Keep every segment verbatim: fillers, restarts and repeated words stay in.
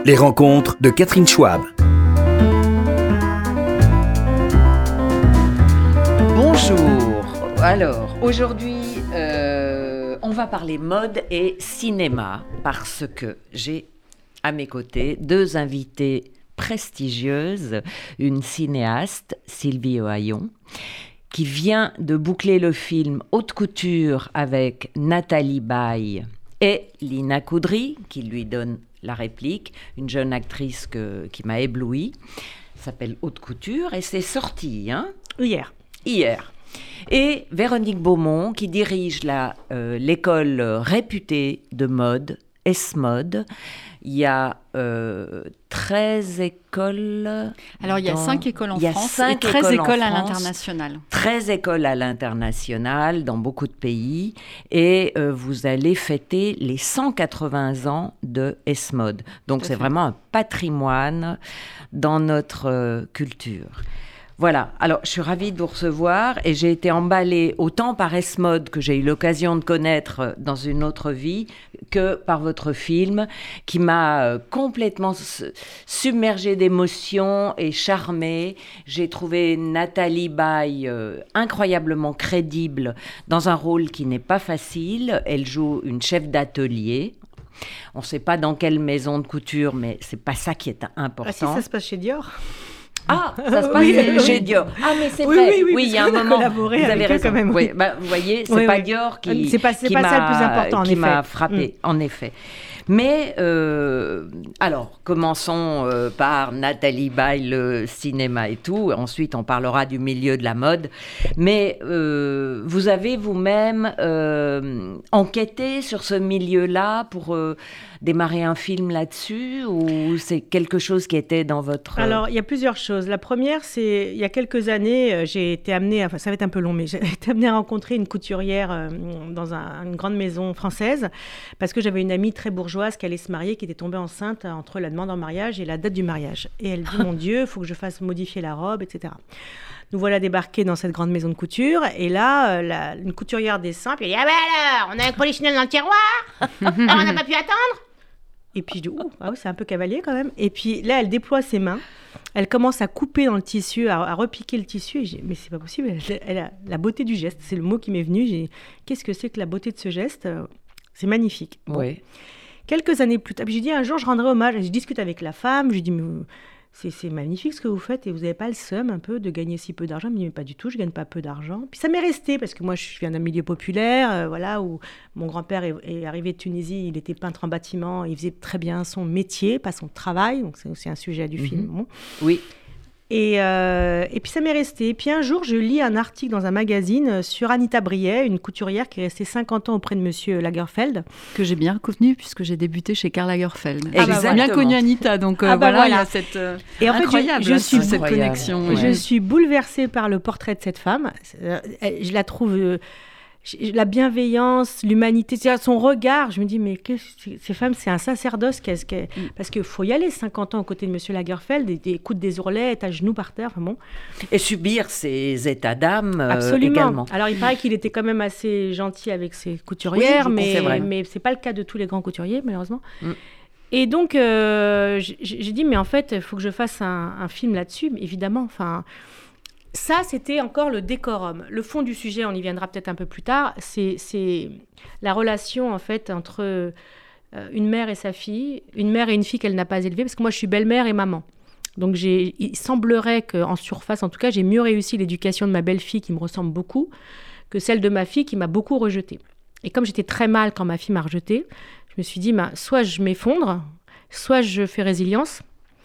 Les rencontres de Catherine Schwab. Bonjour. Alors, aujourd'hui, euh, on va parler mode et cinéma parce que j'ai à mes côtés deux invités prestigieuses, une cinéaste, Sylvie Ohayon, qui vient de boucler le film Haute Couture avec Nathalie Baye et Lina Coudry, qui lui donne la réplique, une jeune actrice que, qui m'a éblouie. Ça s'appelle Haute Couture et c'est sorti, hein ? Hier. Hier. Et Véronique Beaumont, qui dirige la, euh, l'école réputée de mode, S-Mode. Il y a euh, treize écoles. Alors, il y a dans... cinq écoles en il y a France cinq et treize écoles, écoles en à France, l'international. treize écoles à l'international dans beaucoup de pays. Et euh, vous allez fêter les cent quatre-vingts ans de S-Mode. Donc, c'est fait. Vraiment un patrimoine dans notre euh, culture. Voilà, alors je suis ravie de vous recevoir et j'ai été emballée autant par S-Mode que j'ai eu l'occasion de connaître dans une autre vie que par votre film qui m'a complètement submergée d'émotions et charmée. J'ai trouvé Nathalie Baye euh, incroyablement crédible dans un rôle qui n'est pas facile. Elle joue une chef d'atelier. On ne sait pas dans quelle maison de couture, mais c'est pas ça qui est important. Ah si, ça se passe chez Dior. Ah, ça se passe oui, chez oui. Dior. Ah, mais c'est oui, vrai. Oui, oui, oui, il y a un moment. Vous avez raison. Quand même, oui. Oui, bah, vous voyez, c'est oui, pas oui. Dior qui, c'est pas, c'est qui pas m'a, ça le plus important, en qui effet. m'a frappée, mm. en effet. Mais, euh, alors, commençons euh, par Nathalie Baye, le cinéma et tout. Ensuite, on parlera du milieu de la mode. Mais euh, vous avez vous-même euh, enquêté sur ce milieu-là pour euh, démarrer un film là-dessus, ou c'est quelque chose qui était dans votre... Alors, il y a plusieurs choses. La première, c'est, il y a quelques années, j'ai été amenée, enfin, ça va être un peu long, mais j'ai été amenée à rencontrer une couturière euh, dans un, une grande maison française, parce que j'avais une amie très bourgeoise qui allait se marier, qui était tombée enceinte entre la demande en mariage et la date du mariage. Et elle dit, mon Dieu, il faut que je fasse modifier la robe, et cetera. Nous voilà débarqués dans cette grande maison de couture. Et là, euh, la, une couturière descend, puis elle dit, ah ben alors, on a un polichinelle dans le tiroir, alors on n'a pas pu attendre. Et puis je dis, ouh, ah oui, c'est un peu cavalier quand même. Et puis là, elle déploie ses mains. Elle commence à couper dans le tissu, à, à repiquer le tissu. Et j'ai dit, mais c'est pas possible. Elle, elle a la beauté du geste. C'est le mot qui m'est venu. J'ai dit, qu'est-ce que c'est que la beauté de ce geste ? C'est magnifique. Bon. Oui. Quelques années plus tard, j'ai dit, un jour, je rendrai hommage. Je discute avec la femme. Je lui dis, mais c'est, c'est magnifique ce que vous faites. Et vous n'avez pas le seum un peu de gagner si peu d'argent ? Elle me dit, mais pas du tout, je ne gagne pas peu d'argent. Puis ça m'est resté, parce que moi, je viens d'un milieu populaire, euh, voilà, où mon grand-père est, est arrivé de Tunisie. Il était peintre en bâtiment. Il faisait très bien son métier, pas son travail. Donc, c'est aussi un sujet du mmh. film. Bon. Oui. Et, euh, et puis ça m'est resté. Et puis un jour, je lis un article dans un magazine sur Anita Briet, une couturière qui est restée cinquante ans auprès de Monsieur Lagerfeld. Que j'ai bien reconnu puisque j'ai débuté chez Karl Lagerfeld. Ah bah j'ai bien connu Anita, donc euh, ah bah voilà, il y a cette euh, et en incroyable fait, je, je suis cette incroyable. connexion. Ouais. Je suis bouleversée par le portrait de cette femme. Je la trouve... Euh, la bienveillance, l'humanité, c'est-à-dire son regard, je me dis, mais que, ces femmes, c'est un sacerdoce, qu'est-ce que, mm. parce qu'il faut y aller, cinquante ans aux côtés de Monsieur Lagerfeld, et, et écoute des ourlets, être à genoux par terre, enfin bon. Et subir ces états d'âme euh, Absolument. également. Alors, il paraît qu'il était quand même assez gentil avec ses couturières, oui, mais, c'est vrai. mais c'est pas le cas de tous les grands couturiers, malheureusement. Mm. Et donc, euh, j'ai, j'ai dit, mais en fait, il faut que je fasse un, un film là-dessus, évidemment, enfin... Ça, c'était encore le décorum. Le fond du sujet, on y viendra peut-être un peu plus tard, c'est, c'est la relation, en fait, entre euh, une mère et sa fille, une mère et une fille qu'elle n'a pas élevée, parce que moi, je suis belle-mère et maman. Donc, j'ai, il semblerait qu'en surface, en tout cas, j'ai mieux réussi l'éducation de ma belle-fille, qui me ressemble beaucoup, que celle de ma fille, qui m'a beaucoup rejetée. Et comme j'étais très mal quand ma fille m'a rejetée, je me suis dit, bah, soit je m'effondre, soit je fais résilience.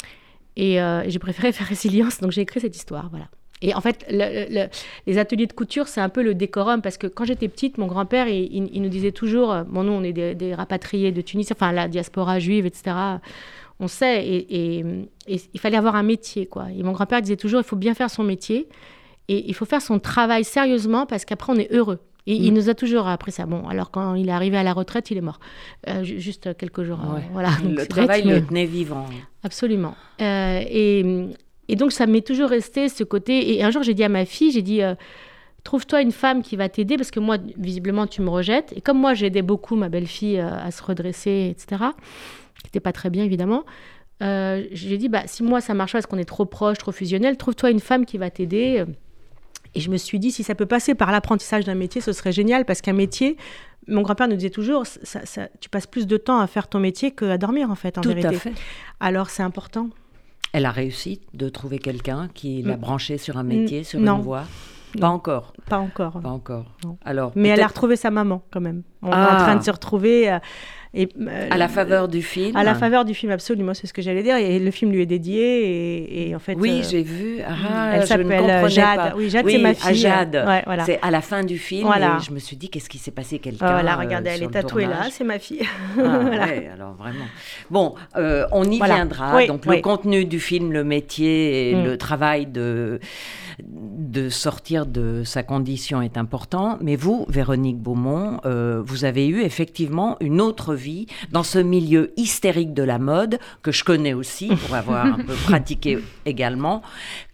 Et euh, j'ai préféré faire résilience, donc j'ai écrit cette histoire, voilà. Et en fait, le, le, les ateliers de couture, c'est un peu le décorum, parce que quand j'étais petite, mon grand-père, il, il, il nous disait toujours, bon, nous, on est des, des rapatriés de Tunisie, enfin, la diaspora juive, et cetera, on sait, et, et, et il fallait avoir un métier, quoi. Et mon grand-père disait toujours, il faut bien faire son métier, et il faut faire son travail sérieusement, parce qu'après, on est heureux. Et mmh. il nous a toujours appris ça. Bon, alors quand il est arrivé à la retraite, il est mort. Euh, juste quelques jours. Ouais. Euh, voilà. Donc, le travail bête, le mais... tenait vivant. Absolument. Euh, et... Et donc, ça m'est toujours resté ce côté. Et un jour, j'ai dit à ma fille, j'ai dit, euh, trouve-toi une femme qui va t'aider, parce que moi, visiblement, tu me rejettes. Et comme moi, j'aidais beaucoup ma belle-fille euh, à se redresser, et cetera, qui n'était pas très bien, évidemment, Euh, j'ai dit, bah, si moi ça marche pas parce qu'on est trop proche, trop fusionnel, trouve-toi une femme qui va t'aider. Et je me suis dit, si ça peut passer par l'apprentissage d'un métier, ce serait génial, parce qu'un métier, mon grand-père nous disait toujours, ça, ça, tu passes plus de temps à faire ton métier qu'à dormir, en fait, en Tout vérité. à fait. Alors, c'est important. Elle a réussi de trouver quelqu'un qui l'a Mm. branchée sur un métier, sur non. une voie? Pas Non. encore. Pas encore. Pas encore. Non. Alors, mais peut-être... elle a retrouvé sa maman, quand même. On Ah. est en train de se retrouver... Euh, Et, euh, à la faveur du film. À la faveur du film, absolument, c'est ce que j'allais dire. Et le film lui est dédié. Et, et en fait, oui, euh, j'ai vu. Ah, elle je ne s'appelle comprenais Jade. pas. Oui, Jade, oui, c'est ma fille. Jade. Ouais, voilà. C'est à la fin du film. Voilà. Et je me suis dit, qu'est-ce qui s'est passé, quelqu'un Ah, voilà, regardez, euh, elle sur est le tatouée tournage. là, c'est ma fille. Ah, Voilà. ouais, alors vraiment. Bon, euh, on y Voilà. viendra. Oui, Donc oui. le contenu du film, le métier et Mm. le travail de de sortir de sa condition est important. Mais vous, Véronique Beaumont, euh, vous avez eu effectivement une autre vie dans ce milieu hystérique de la mode que je connais aussi pour avoir un peu pratiqué également.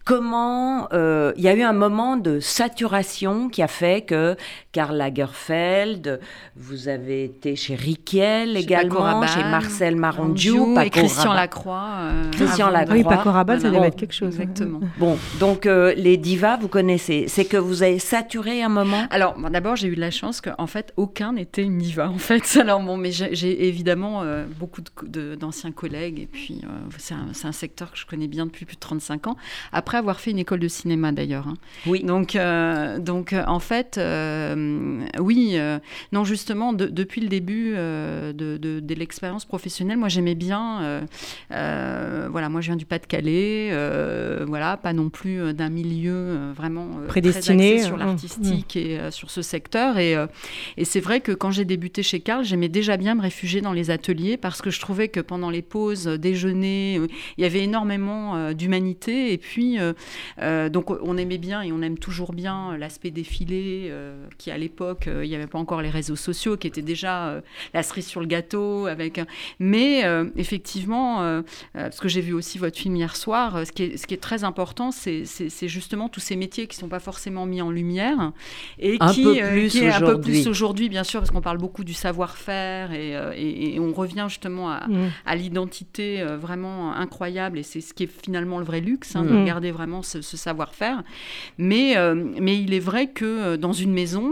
Comment euh, il y a eu un moment de saturation qui a fait que Karl Lagerfeld, vous avez été chez Riquel Chez également, Paco Rabanne, chez Marcel Marondjou, Marondjou Paco et Christian Rabanne. Lacroix. euh, Christian avant. Lacroix. Ah oui, Paco Rabanne, ça Voilà. devait être quelque chose. Exactement. Bon, donc euh, les divas, vous connaissez. C'est que vous avez saturé un moment? Alors, bon, d'abord, j'ai eu de la chance qu'en fait, aucun n'était une diva, en fait. Alors, bon, mais j'ai, j'ai évidemment euh, beaucoup de, de, d'anciens collègues, et puis euh, c'est, un, c'est un secteur que je connais bien depuis plus de trente-cinq ans, après avoir fait une école de cinéma, d'ailleurs. Hein. Oui. Donc, euh, donc euh, en fait, euh, oui, euh, non, justement, de, depuis le début euh, de, de, de l'expérience professionnelle, moi, j'aimais bien, euh, euh, voilà, moi, je viens du Pas-de-Calais, euh, voilà, pas non plus d'un milieu euh, vraiment euh, prédestiné très axé sur l'artistique mmh. et euh, sur ce secteur. Et, euh, et c'est vrai que quand j'ai débuté chez Karl, j'aimais déjà bien me réfugier dans les ateliers parce que je trouvais que pendant les pauses déjeuner, euh, il y avait énormément euh, d'humanité. Et puis, euh, euh, donc, on aimait bien et on aime toujours bien l'aspect défilé euh, qui, à l'époque, euh, il n'y avait pas encore les réseaux sociaux, qui était déjà euh, la cerise sur le gâteau. Avec, mais euh, effectivement, euh, parce que j'ai vu aussi votre film hier soir, ce qui est, ce qui est très important, c'est, c'est, c'est justement tous ces métiers qui ne sont pas forcément mis en lumière et un qui, peu euh, plus qui est un peu aujourd'hui. plus aujourd'hui, bien sûr, parce qu'on parle beaucoup du savoir-faire et, euh, et, et on revient justement à, mmh. à l'identité euh, vraiment incroyable et c'est ce qui est finalement le vrai luxe, hein, mmh. de regarder vraiment ce, ce savoir-faire. Mais, euh, mais il est vrai que dans une maison,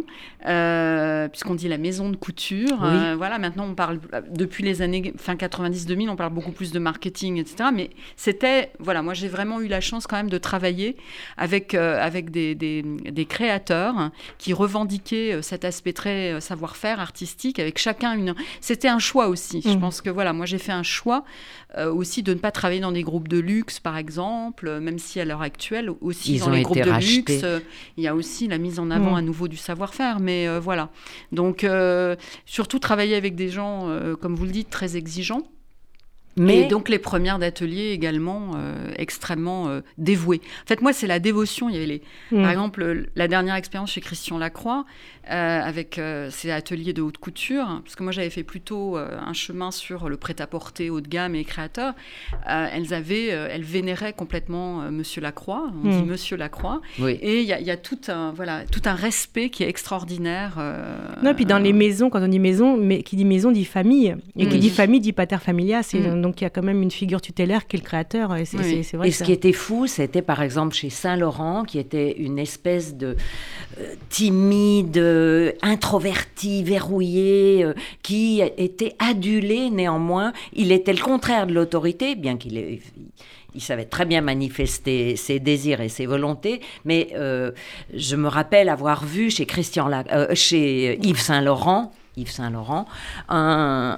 euh, puisqu'on dit la maison de couture, oui. euh, voilà, maintenant on parle, depuis les années fin quatre-vingt-dix deux mille, on parle beaucoup plus de marketing, et cetera. Mais c'était, voilà, moi j'ai vraiment eu la chance quand même de travailler avec, euh, avec des, des, des créateurs qui revendiquaient cet aspect très savoir-faire artistique, avec chacun une... C'était un choix aussi. Mmh. Je pense que voilà, moi j'ai fait un choix euh, aussi de ne pas travailler dans des groupes de luxe, par exemple, même si à l'heure actuelle, aussi Ils dans ont les été groupes de rachetés. luxe, euh, il y a aussi la mise en avant mmh. à nouveau du savoir-faire. Mais euh, voilà. Donc, euh, surtout travailler avec des gens, euh, comme vous le dites, très exigeants. Mais... Et donc les premières d'atelier également euh, extrêmement euh, dévouées. En fait, moi, c'est la dévotion. Il y avait les... mmh. Par exemple, la dernière expérience chez Christian Lacroix, euh, avec euh, ces ateliers de haute couture, hein, parce que moi, j'avais fait plutôt euh, un chemin sur le prêt-à-porter haut de gamme et les créateurs. Euh, elles avaient, euh, elles vénéraient complètement euh, Monsieur Lacroix. On mmh. dit Monsieur Lacroix. Oui. Et il y a, y a tout un, voilà, tout un respect qui est extraordinaire. Euh, non, et puis dans euh... les maisons, quand on dit maison, mais qui dit maison dit famille, et mmh. qui dit famille dit pater familias. C'est mmh. Donc, il y a quand même une figure tutélaire qui est le créateur. Et, c'est, oui. c'est, c'est vrai et ce ça... qui était fou, c'était par exemple chez Saint-Laurent, qui était une espèce de euh, timide, euh, introverti, verrouillé, euh, qui était adulé néanmoins. Il était le contraire de l'autorité, bien qu'il ait... Il savait très bien manifester ses désirs et ses volontés, mais euh, je me rappelle avoir vu chez, Christian La... euh, chez Yves Saint-Laurent, Yves Saint-Laurent, un...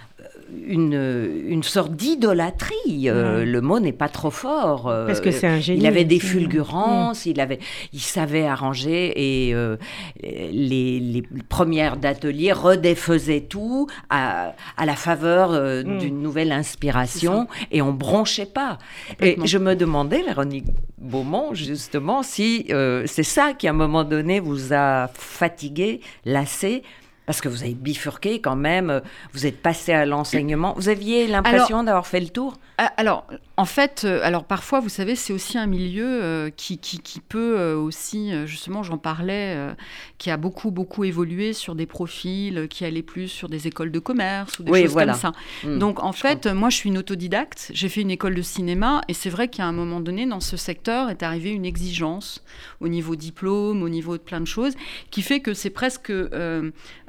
Une, une sorte d'idolâtrie. Euh, mmh. Le mot n'est pas trop fort. Euh, Parce que c'est un génie. Il avait des fulgurances, mmh. il, avait, il savait arranger et euh, les, les premières d'atelier redéfaisaient tout à, à la faveur euh, mmh. d'une nouvelle inspiration et on bronchait pas. Et je me demandais, Véronique Beaumont, justement, si euh, c'est ça qui, à un moment donné, vous a fatigué, lassé. Parce que vous avez bifurqué quand même, vous êtes passé à l'enseignement. Vous aviez l'impression alors, d'avoir fait le tour ? Alors, en fait, euh, alors parfois, vous savez, c'est aussi un milieu euh, qui, qui, qui peut euh, aussi, euh, justement, j'en parlais, euh, qui a beaucoup, beaucoup évolué sur des profils euh, qui allaient plus sur des écoles de commerce ou des oui, choses voilà. comme ça. Mmh, Donc, en fait, comprends. moi, je suis une autodidacte. J'ai fait une école de cinéma et c'est vrai qu'à un moment donné, dans ce secteur, est arrivée une exigence au niveau diplôme, au niveau de plein de choses, qui fait que c'est presque... Euh,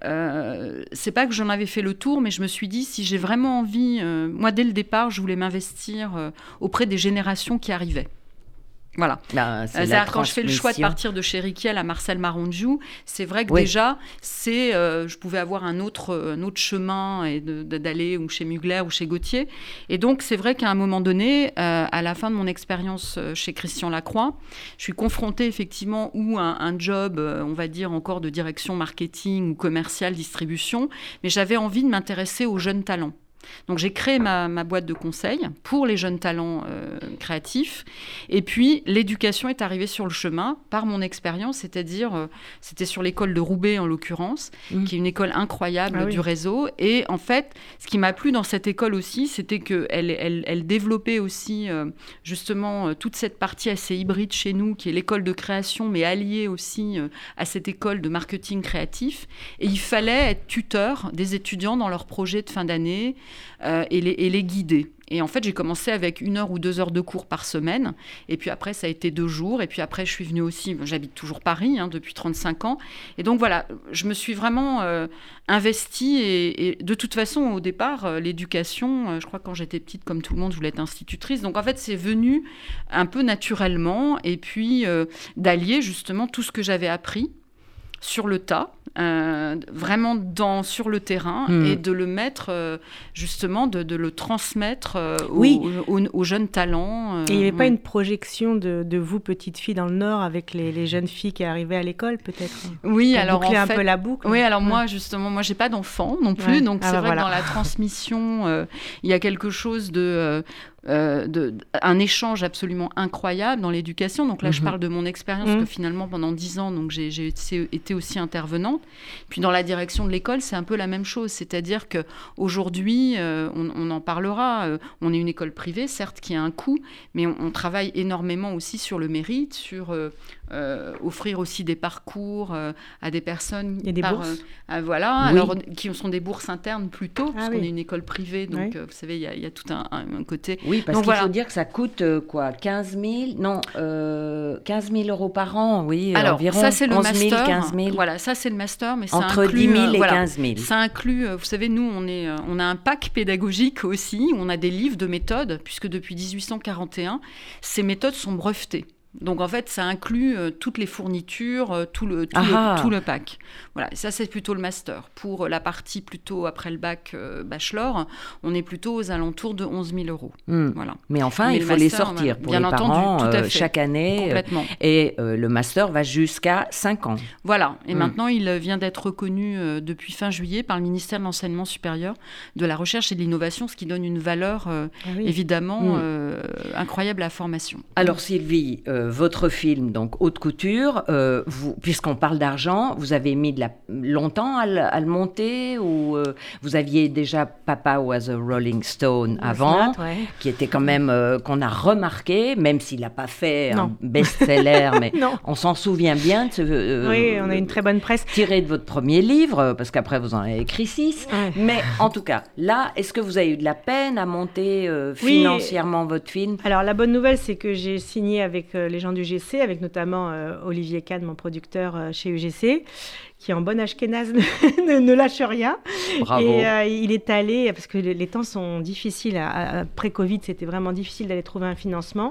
Euh, c'est pas que j'en avais fait le tour, mais je me suis dit, si j'ai vraiment envie... Euh, moi, dès le départ, je voulais m'investir euh, auprès des générations qui arrivaient. Voilà. Ben, c'est C'est-à-dire quand je fais le choix de partir de chez Riquel à Marcel Marondjou, c'est vrai que oui. déjà, c'est, euh, je pouvais avoir un autre, un autre chemin et de, de, d'aller ou chez Mugler ou chez Gauthier. Et donc, c'est vrai qu'à un moment donné, euh, à la fin de mon expérience chez Christian Lacroix, je suis confrontée effectivement ou un, un job, euh, on va dire encore de direction marketing ou commercial, distribution, mais j'avais envie de m'intéresser aux jeunes talents. Donc j'ai créé ma, ma boîte de conseil pour les jeunes talents euh, créatifs. Et puis l'éducation est arrivée sur le chemin par mon expérience, c'est-à-dire euh, c'était sur l'école de Roubaix en l'occurrence, mmh. qui est une école incroyable ah, du oui. réseau. Et en fait, ce qui m'a plu dans cette école aussi, c'était qu'elle elle, elle développait aussi euh, justement euh, toute cette partie assez hybride chez nous, qui est l'école de création, mais alliée aussi euh, à cette école de marketing créatif. Et il fallait être tuteur des étudiants dans leurs projets de fin d'année. Euh, et, les, et les guider. Et en fait, j'ai commencé avec une heure ou deux heures de cours par semaine. Et puis après, ça a été deux jours. Et puis après, je suis venue aussi... J'habite toujours Paris hein, depuis trente-cinq ans. Et donc voilà, je me suis vraiment euh, investie. Et, et de toute façon, au départ, euh, l'éducation, euh, je crois que quand j'étais petite, comme tout le monde, je voulais être institutrice. Donc en fait, c'est venu un peu naturellement. Et puis euh, d'allier justement tout ce que j'avais appris sur le tas, euh, vraiment dans, sur le terrain, mmh. et de le mettre, euh, justement, de, de le transmettre euh, oui. aux, aux, aux jeunes talents. Euh, et il n'y avait ouais. pas une projection de, de vous, petite fille, dans le Nord, avec les, les jeunes filles qui arrivaient à l'école, peut-être Oui, pour alors boucler en un fait, peu la boucle. Oui, alors ouais. moi, justement, moi, j'ai pas d'enfant non plus, ouais. donc ah c'est bah vrai voilà. que dans la transmission, euh, il y a quelque chose de... Euh, Euh, de, un échange absolument incroyable dans l'éducation. Donc là, mm-hmm. je parle de mon expérience, mm-hmm. que finalement, pendant dix ans, donc, j'ai, j'ai été aussi intervenante. Puis dans la direction de l'école, c'est un peu la même chose. C'est-à-dire qu'aujourd'hui, euh, on, on en parlera, euh, on est une école privée, certes, qui a un coût, mais on, on travaille énormément aussi sur le mérite, sur euh, euh, offrir aussi des parcours euh, à des personnes... Il y a des par, bourses euh, euh, Voilà, oui. alors, qui sont des bourses internes plutôt, ah, parce oui. qu'on est une école privée, donc oui. euh, vous savez, il y, y a tout un, un, un côté... Oui, parce donc, qu'il voilà. faut dire que ça coûte euh, quoi, quinze mille Non, euh, quinze mille euros par an, oui, alors, environ ça, c'est le onze mille, master. quinze mille. Voilà, ça c'est le master, mais ça entre inclut, dix mille euh, et voilà, quinze mille. Ça inclut, euh, vous savez, nous, on, est, euh, on a un pack pédagogique aussi, où on a des livres de méthodes, puisque depuis dix-huit cent quarante et un, ces méthodes sont brevetées. Donc, en fait, ça inclut euh, toutes les fournitures, euh, tout, le, tout, le, tout le pack. Voilà, ça, c'est plutôt le master. Pour la partie plutôt après le bac euh, bachelor, on est plutôt aux alentours de onze mille euros. Mmh. Voilà. Mais enfin, Mais il faut master, les sortir voilà. pour Bien les entendu, parents tout à euh, fait. chaque année. Complètement. Et euh, le master va jusqu'à cinq ans. Voilà. Et mmh. maintenant, il vient d'être reconnu euh, depuis fin juillet par le ministère de l'Enseignement supérieur, de la Recherche et de l'Innovation, ce qui donne une valeur, euh, ah oui. évidemment, mmh. euh, incroyable à la formation. Alors, Sylvie, euh, votre film, donc Haute Couture, euh, vous, puisqu'on parle d'argent, vous avez mis de la, longtemps à le, à le monter ou euh, vous aviez déjà Papa Was a Rolling Stone avant, Not, ouais. qui était quand même, euh, qu'on a remarqué, même s'il n'a pas fait non. un best-seller, mais on s'en souvient bien de ce... Euh, oui, on a une très bonne presse. Tiré de votre premier livre, parce qu'après vous en avez écrit six, ouais. mais en tout cas, là, est-ce que vous avez eu de la peine à monter euh, financièrement oui. votre film ? Alors, la bonne nouvelle, c'est que j'ai signé avec euh, les gens du U G C, avec notamment Euh, Olivier Kahn, mon producteur euh, chez U G C, qui en bon ashkénaze ne, ne lâche rien. Bravo. Et euh, il est allé, parce que les, les temps sont difficiles, après Covid, c'était vraiment difficile d'aller trouver un financement.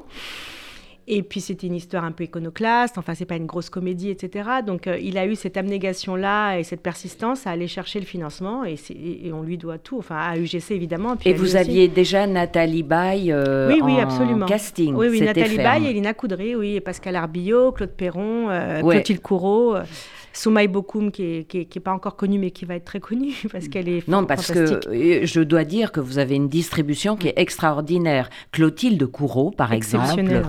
Et puis, c'était une histoire un peu iconoclaste, enfin, c'est pas une grosse comédie, et cetera. Donc, euh, il a eu cette abnégation-là et cette persistance à aller chercher le financement, et, c'est, et on lui doit tout, enfin, à U G C, évidemment. Puis et vous aviez déjà Nathalie Baye euh, oui, oui, en absolument. casting. Oui, oui, c'était Nathalie ferme. Baye, Elina Coudry, oui, et Pascal Arbillot, Claude Perron, euh, ouais. Clotilde Courreau... Euh, Soumaï Bokoum, qui n'est qui est, qui est pas encore connue, mais qui va être très connue, parce qu'elle est Non, parce fantastique. que je dois dire que vous avez une distribution qui est extraordinaire. Clotilde Courreau, par exemple, ouais.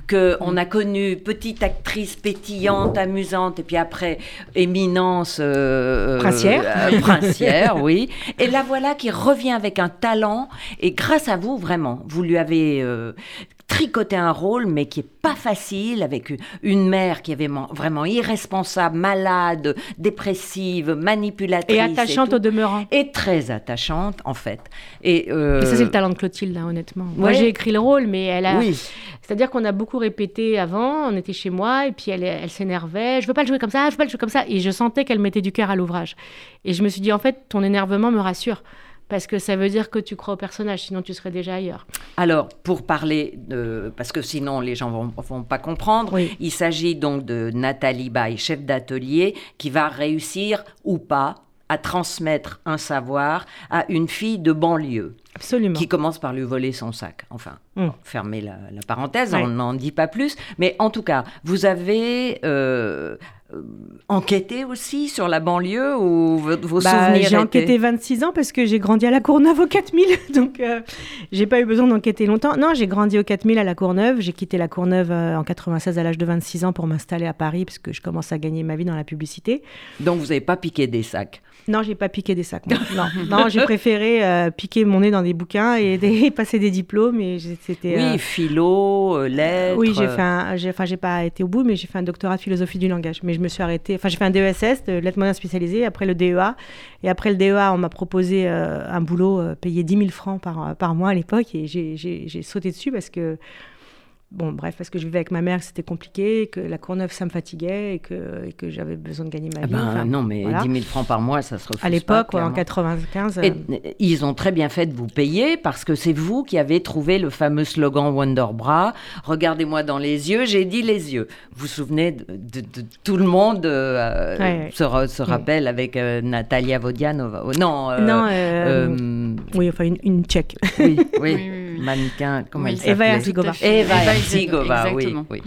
qu'on a connu petite actrice pétillante, amusante, et puis après, éminence... Euh, princière. Euh, princière, oui. Et la voilà qui revient avec un talent, et grâce à vous, vraiment, vous lui avez... Euh, tricoter un rôle, mais qui est pas facile, avec une mère qui est vraiment irresponsable, malade, dépressive, manipulatrice. Et attachante et au demeurant. Et très attachante, en fait. Et, euh... et ça, c'est le talent de Clotilde, hein, honnêtement. Ouais. Moi, j'ai écrit le rôle, mais elle a... Oui. C'est-à-dire qu'on a beaucoup répété avant, on était chez moi, et puis elle, elle s'énervait. Je veux pas le jouer comme ça, je veux pas le jouer comme ça. Et je sentais qu'elle mettait du cœur à l'ouvrage. Et je me suis dit, en fait, ton énervement me rassure. Parce que ça veut dire que tu crois au personnage, sinon tu serais déjà ailleurs. Alors, pour parler, de, parce que sinon les gens ne vont, vont pas comprendre, oui. Il s'agit donc de Nathalie Baye, chef d'atelier, qui va réussir ou pas à transmettre un savoir à une fille de banlieue. Absolument. Qui commence par lui voler son sac. Enfin, mm. fermez la, la parenthèse, ouais. On n'en dit pas plus. Mais en tout cas, vous avez... Euh, Euh, enquêté aussi sur la banlieue ou vos, vos bah, souvenirs j'ai étaient... enquêté vingt-six ans parce que j'ai grandi à la Courneuve au quatre mille, donc euh, j'ai pas eu besoin d'enquêter longtemps. Non, j'ai grandi au quatre mille à la Courneuve, j'ai quitté la Courneuve euh, en quatre-vingt-seize à l'âge de vingt-six ans pour m'installer à Paris parce que je commence à gagner ma vie dans la publicité. Donc vous n'avez pas piqué des sacs? Non, j'ai pas piqué des sacs. Non, non, non j'ai préféré euh, piquer mon nez dans des bouquins et, des, et passer des diplômes. Et c'était, oui, euh... philo, euh, lettres. Oui, j'ai fait un, j'ai, enfin, j'ai pas été au bout, mais j'ai fait un doctorat de philosophie du langage. Mais je me suis arrêtée. Enfin, j'ai fait un D E S S, de lettres modernes spécialisées, après le D E A. Et après le D E A, on m'a proposé euh, un boulot euh, payé dix mille francs par, par mois à l'époque. Et j'ai, j'ai, j'ai sauté dessus parce que. Bon, bref, parce que je vivais avec ma mère, c'était compliqué, que la Courneuve, ça me fatiguait et que, et que j'avais besoin de gagner ma vie. Ah ben, enfin, non, mais voilà. dix mille francs par mois, ça se refuse pas. À l'époque, ouais, en quatre-vingt-quinze. Et, euh... ils ont très bien fait de vous payer parce que c'est vous qui avez trouvé le fameux slogan Wonderbra. Regardez-moi dans les yeux, j'ai dit les yeux. Vous vous souvenez de, de, de tout le monde euh, ouais, ouais. se, se rappelle ouais. avec euh, Natalia Vodianova. Oh, non, euh, non euh, euh, oui, enfin une, une tchèque. Oui, oui. oui, oui. Mannequin, comment oui. elle s'appelait? Eva Herzigova. Eva Herzigova, oui. Oui.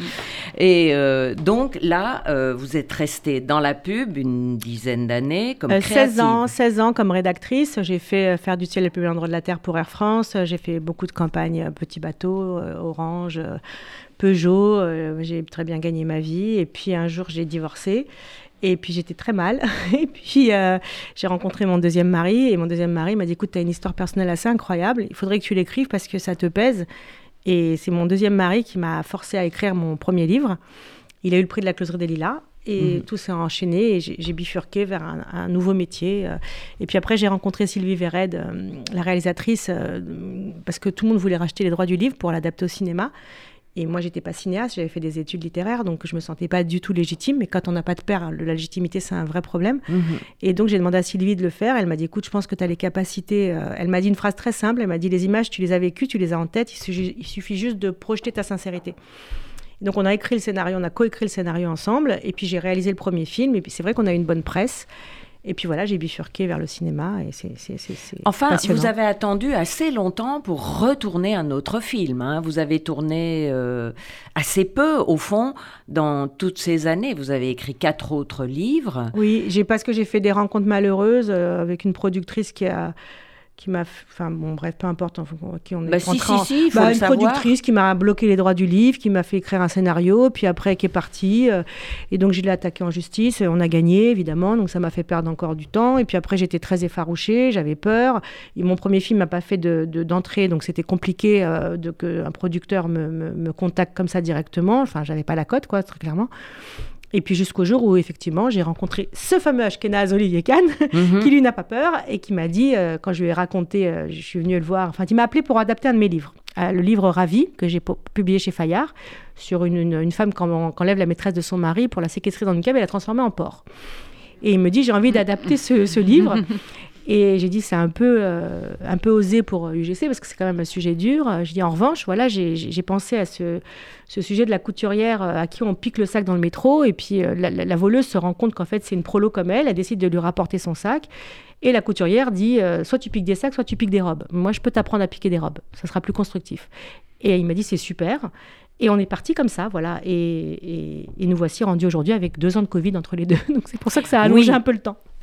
Et euh, donc là, euh, vous êtes restée dans la pub une dizaine d'années comme euh, créative. seize ans, seize ans comme rédactrice. J'ai fait euh, Faire du ciel le plus bel endroit de la terre pour Air France. J'ai fait beaucoup de campagnes euh, Petit Bateau, euh, Orange, euh, Peugeot. Euh, j'ai très bien gagné ma vie. Et puis un jour, j'ai divorcé. Et puis j'étais très mal. Et puis euh, j'ai rencontré mon deuxième mari. Et mon deuxième mari m'a dit, écoute, tu as une histoire personnelle assez incroyable. Il faudrait que tu l'écrives parce que ça te pèse. Et c'est mon deuxième mari qui m'a forcé à écrire mon premier livre. Il a eu le prix de la Closerie des Lilas. Et mmh. tout s'est enchaîné. Et j'ai, j'ai bifurqué vers un, un nouveau métier. Et puis après, j'ai rencontré Sylvie Vered, euh, la réalisatrice, euh, parce que tout le monde voulait racheter les droits du livre pour l'adapter au cinéma. Et moi, je n'étais pas cinéaste, j'avais fait des études littéraires, donc je ne me sentais pas du tout légitime. Mais quand on n'a pas de père, la légitimité, c'est un vrai problème. Mmh. Et donc, j'ai demandé à Sylvie de le faire. Elle m'a dit, écoute, je pense que tu as les capacités. Euh, elle m'a dit une phrase très simple. Elle m'a dit, les images, tu les as vécues, tu les as en tête. Il suffit, il suffit juste de projeter ta sincérité. Donc, on a écrit le scénario, on a coécrit le scénario ensemble. Et puis, j'ai réalisé le premier film. Et puis, c'est vrai qu'on a eu une bonne presse. Et puis voilà, j'ai bifurqué vers le cinéma et c'est, c'est, c'est, c'est enfin, passionnant. Vous avez attendu assez longtemps pour retourner un autre film. Hein. Vous avez tourné euh, assez peu, au fond, dans toutes ces années. Vous avez écrit quatre autres livres. Oui, j'ai, parce que j'ai fait des rencontres malheureuses euh, avec une productrice qui a... qui m'a, enfin bon bref, peu importe, enfin, qui on est bah, si, si, si, il faut bah, le une savoir. Productrice qui m'a bloqué les droits du livre, qui m'a fait écrire un scénario, puis après qui est partie, euh, et donc je l'ai attaqué en justice, et on a gagné évidemment, donc ça m'a fait perdre encore du temps, et puis après j'étais très effarouchée, j'avais peur, et mon premier film m'a pas fait de, de, d'entrée, donc c'était compliqué euh, de, qu'un producteur me, me, me contacte comme ça directement, enfin j'avais pas la cote quoi, très clairement. Et puis jusqu'au jour où, effectivement, j'ai rencontré ce fameux Ashkenaz Olivier Kahn, mm-hmm. qui lui n'a pas peur et qui m'a dit, euh, quand je lui ai raconté, euh, je suis venue le voir, enfin, il m'a appelé pour adapter un de mes livres. Euh, le livre Ravi, que j'ai po- publié chez Fayard, sur une, une, une femme qui enlève la maîtresse de son mari pour la séquestrer dans une cave et la transformer en porc. Et il me dit, j'ai envie d'adapter ce, ce livre. Et j'ai dit, c'est un peu, euh, un peu osé pour U G C, parce que c'est quand même un sujet dur. Je dis, en revanche, voilà, j'ai, j'ai pensé à ce, ce sujet de la couturière à qui on pique le sac dans le métro, et puis euh, la, la, la voleuse se rend compte qu'en fait, c'est une prolo comme elle, elle décide de lui rapporter son sac, et la couturière dit, euh, soit tu piques des sacs, soit tu piques des robes. Moi, je peux t'apprendre à piquer des robes, ça sera plus constructif. Et il m'a dit, c'est super. Et on est parti comme ça, voilà. Et, et, et nous voici rendus aujourd'hui avec deux ans de Covid entre les deux. Donc c'est pour ça que ça a allongé oui. un peu le temps.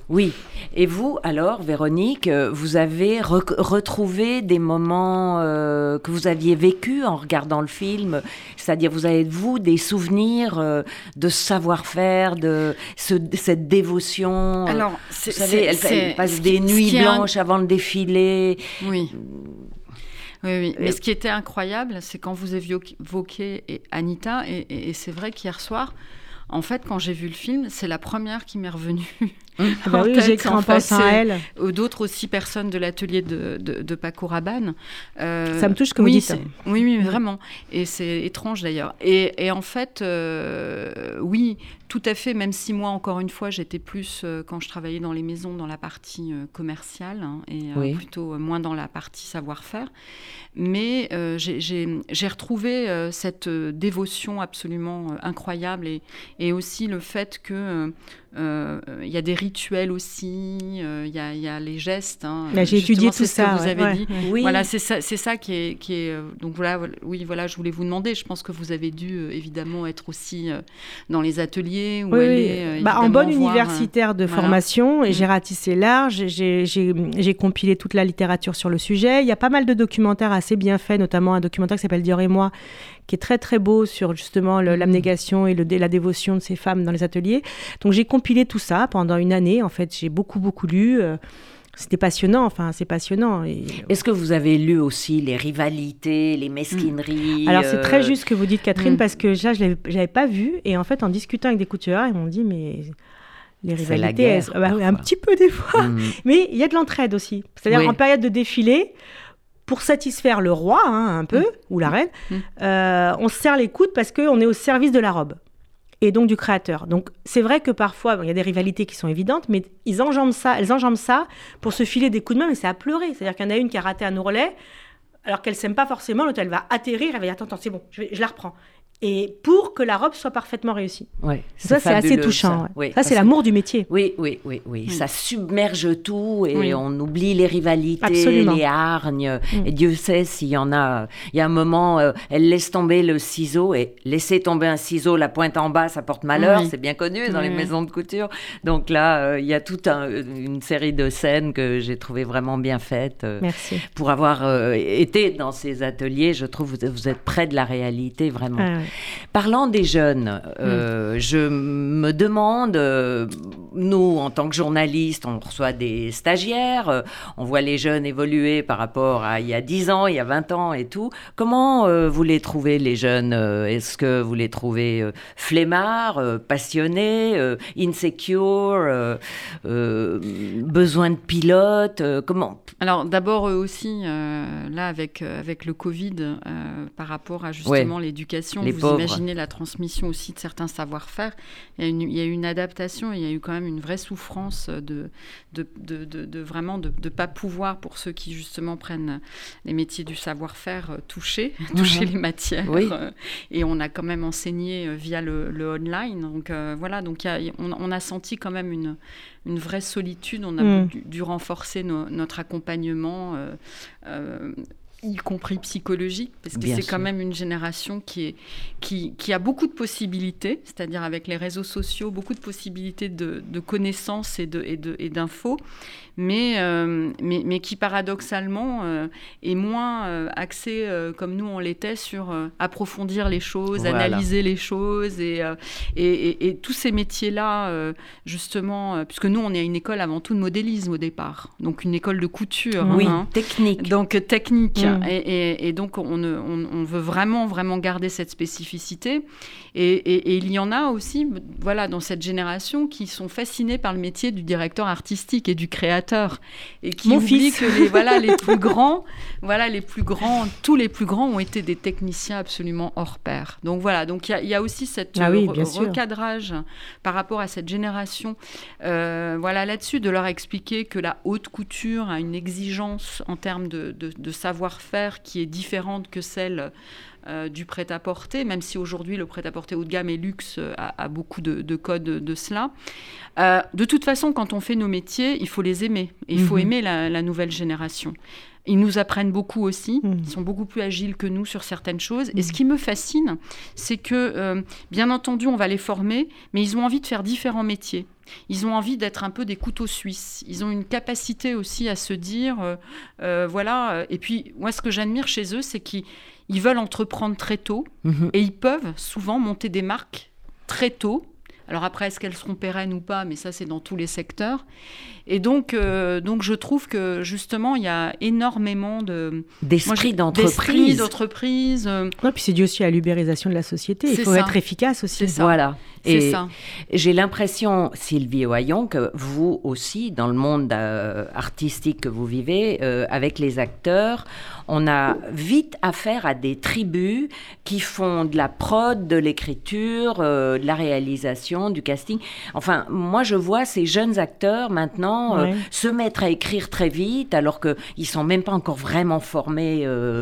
Oui. Et vous, alors, Véronique, vous avez re- retrouvé des moments euh, que vous aviez vécus en regardant le film, c'est-à-dire vous avez, vous, des souvenirs euh, de ce savoir-faire, de, ce, de cette dévotion. Alors, c'est, vous savez, c'est, elle, elle passe des nuits blanches un... avant le défilé. Oui. Oui, oui. Mais ce qui était incroyable, c'est quand vous évoquez Anita, et, et, et c'est vrai qu'hier soir, en fait, quand j'ai vu le film, c'est la première qui m'est revenue. Ah bah oui, j'ai écrit en pensant à elle. D'autres aussi personnes de l'atelier de, de, de Paco Rabanne. Euh, Ça me touche comme oui, vous dites. Oui, oui, vraiment. Et c'est étrange d'ailleurs. Et, et en fait, euh, oui, tout à fait, même si moi, encore une fois, j'étais plus, euh, quand je travaillais dans les maisons, dans la partie euh, commerciale, hein, et euh, oui. plutôt euh, moins dans la partie savoir-faire. Mais euh, j'ai, j'ai, j'ai retrouvé euh, cette euh, dévotion absolument euh, incroyable, et, et aussi le fait que... Euh, il euh, y a des rituels aussi, il euh, y, y a les gestes. Hein. Là, j'ai étudié tout ça. Que vous ouais, avez ouais, dit. Ouais. Oui. Voilà, c'est ça, c'est ça qui est, qui est. Donc voilà, oui, voilà, je voulais vous demander. Je pense que vous avez dû euh, évidemment être aussi euh, dans les ateliers où oui, elle oui. est. Euh, bah, en bonne voir, universitaire de voilà. formation, et mmh. j'ai ratissé large. J'ai, j'ai, j'ai compilé toute la littérature sur le sujet. Il y a pas mal de documentaires assez bien faits, notamment un documentaire qui s'appelle Dior et moi, qui est très très beau sur justement le, mmh. l'abnégation et le, la dévotion de ces femmes dans les ateliers. Donc j'ai compilé tout ça pendant une année. En fait, j'ai beaucoup beaucoup lu. Euh, c'était passionnant. Enfin, c'est passionnant. Et... Est-ce que vous avez lu aussi les rivalités, les mesquineries mmh. Alors c'est euh... très juste ce que vous dites, Catherine, mmh. parce que ça je l'avais, j'avais pas vu. Et en fait, en discutant avec des couturières, ils m'ont dit mais les rivalités, guerre, elles... bah, un petit peu des fois. Mmh. Mais il y a de l'entraide aussi. C'est-à-dire oui. en période de défilé. Pour satisfaire le roi, hein, un peu, mmh. ou la reine, mmh. euh, on se serre les coudes parce qu'on est au service de la robe et donc du créateur. Donc, c'est vrai que parfois, il bon, y a des rivalités qui sont évidentes, mais ils enjambent ça, elles enjambent ça pour se filer des coups de main, mais c'est à pleurer. C'est-à-dire qu'il y en a une qui a raté un ourlet, alors qu'elle ne s'aime pas forcément, l'autre, elle va atterrir, elle va dire « Attends, attends, c'est bon, je, vais, je la reprends ». Et pour que la robe soit parfaitement réussie. Ouais, c'est ça, c'est assez touchant. Ça, ouais. oui, ça c'est l'amour du métier. Oui, oui, oui, oui. oui. Ça submerge tout et oui. on oublie les rivalités, Absolument. les hargnes. Mm. Et Dieu sait s'il y en a. Il y a un moment, euh, elle laisse tomber le ciseau et laisser tomber un ciseau, la pointe en bas, ça porte malheur. Oui. C'est bien connu dans oui. les maisons de couture. Donc là, euh, il y a toute un, une série de scènes que j'ai trouvées vraiment bien faites. Euh, Merci. Pour avoir euh, été dans ces ateliers, je trouve que vous êtes près de la réalité, vraiment. Ah, oui. Parlant des jeunes, euh, mmh. je me demande, euh, nous, en tant que journalistes, on reçoit des stagiaires, euh, on voit les jeunes évoluer par rapport à il y a dix ans, il y a vingt ans et tout. Comment euh, vous les trouvez, les jeunes ? Est-ce que vous les trouvez euh, flemmards, euh, passionnés, euh, insecure, euh, euh, besoin de pilote euh, comment ? Alors, d'abord, eux aussi, euh, là, avec, avec le Covid, euh, par rapport à justement ouais. l'éducation, les vous pauvres. Imaginez la transmission aussi de certains savoir-faire. Il y a, une, il y a eu une adaptation, il y a eu quand même une vraie souffrance de, de, de, de, de vraiment de ne pas pouvoir, pour ceux qui justement prennent les métiers du savoir-faire, euh, toucher, mmh. toucher les matières. Oui. Euh, et on a quand même enseigné euh, via le, le online. Donc euh, voilà, donc y a, on, on a senti quand même une, une vraie solitude. On a mmh. dû, dû renforcer no, notre accompagnement. Euh, euh, y compris psychologique, parce que Bien c'est sûr. Quand même une génération qui, est, qui, qui a beaucoup de possibilités, c'est-à-dire avec les réseaux sociaux, beaucoup de possibilités de, de connaissances et, de, et, de, et d'infos, mais, euh, mais, mais qui paradoxalement euh, est moins euh, axée, euh, comme nous on l'était, sur euh, approfondir les choses, voilà. analyser les choses, et, euh, et, et, et tous ces métiers-là, euh, justement, euh, puisque nous on est à une école avant tout de modélisme au départ, donc une école de couture. Oui, hein, technique. Donc technique. Mmh. Et, et, et donc, on, on, on veut vraiment, vraiment garder cette spécificité. Et, et, et il y en a aussi, voilà, dans cette génération, qui sont fascinés par le métier du directeur artistique et du créateur. Et qui Mon oublient fils. que les, voilà, les plus grands, voilà, les plus grands, tous les plus grands ont été des techniciens absolument hors pair. Donc voilà, donc il y, y a aussi cet ah oui, re- recadrage par rapport à cette génération. Euh, voilà, là-dessus, de leur expliquer que la haute couture a une exigence en termes de, de, de savoir faire qui est différente que celle euh, du prêt-à-porter, même si aujourd'hui le prêt-à-porter haut de gamme et luxe a, a beaucoup de, de codes de cela. Euh, de toute façon, quand on fait nos métiers, il faut les aimer. Et il faut mm-hmm. aimer la, la nouvelle génération. Ils nous apprennent beaucoup aussi. Mmh. Ils sont beaucoup plus agiles que nous sur certaines choses. Mmh. Et ce qui me fascine, c'est que, euh, bien entendu, on va les former, mais ils ont envie de faire différents métiers. Ils ont envie d'être un peu des couteaux suisses. Ils ont une capacité aussi à se dire, euh, euh, voilà. Et puis, moi, ce que j'admire chez eux, c'est qu'ils ils veulent entreprendre très tôt. Mmh. Et ils peuvent souvent monter des marques très tôt. Alors après, est-ce qu'elles seront pérennes ou pas ? Mais ça, c'est dans tous les secteurs. Et donc, euh, donc je trouve que, justement, il y a énormément de... D'esprit moi, d'entreprise. D'esprit d'entreprise. Euh... Ouais, puis c'est dû aussi à l'ubérisation de la société. Il faut ça. être efficace aussi. C'est ça. Voilà. C'est Et ça. J'ai l'impression, Sylvie Ohayon, que vous aussi, dans le monde euh, artistique que vous vivez, euh, avec les acteurs, on a vite affaire à des tribus qui font de la prod, de l'écriture, euh, de la réalisation, du casting. Enfin, moi, je vois ces jeunes acteurs maintenant euh, ouais. se mettre à écrire très vite, alors qu'ils ne sont même pas encore vraiment formés euh,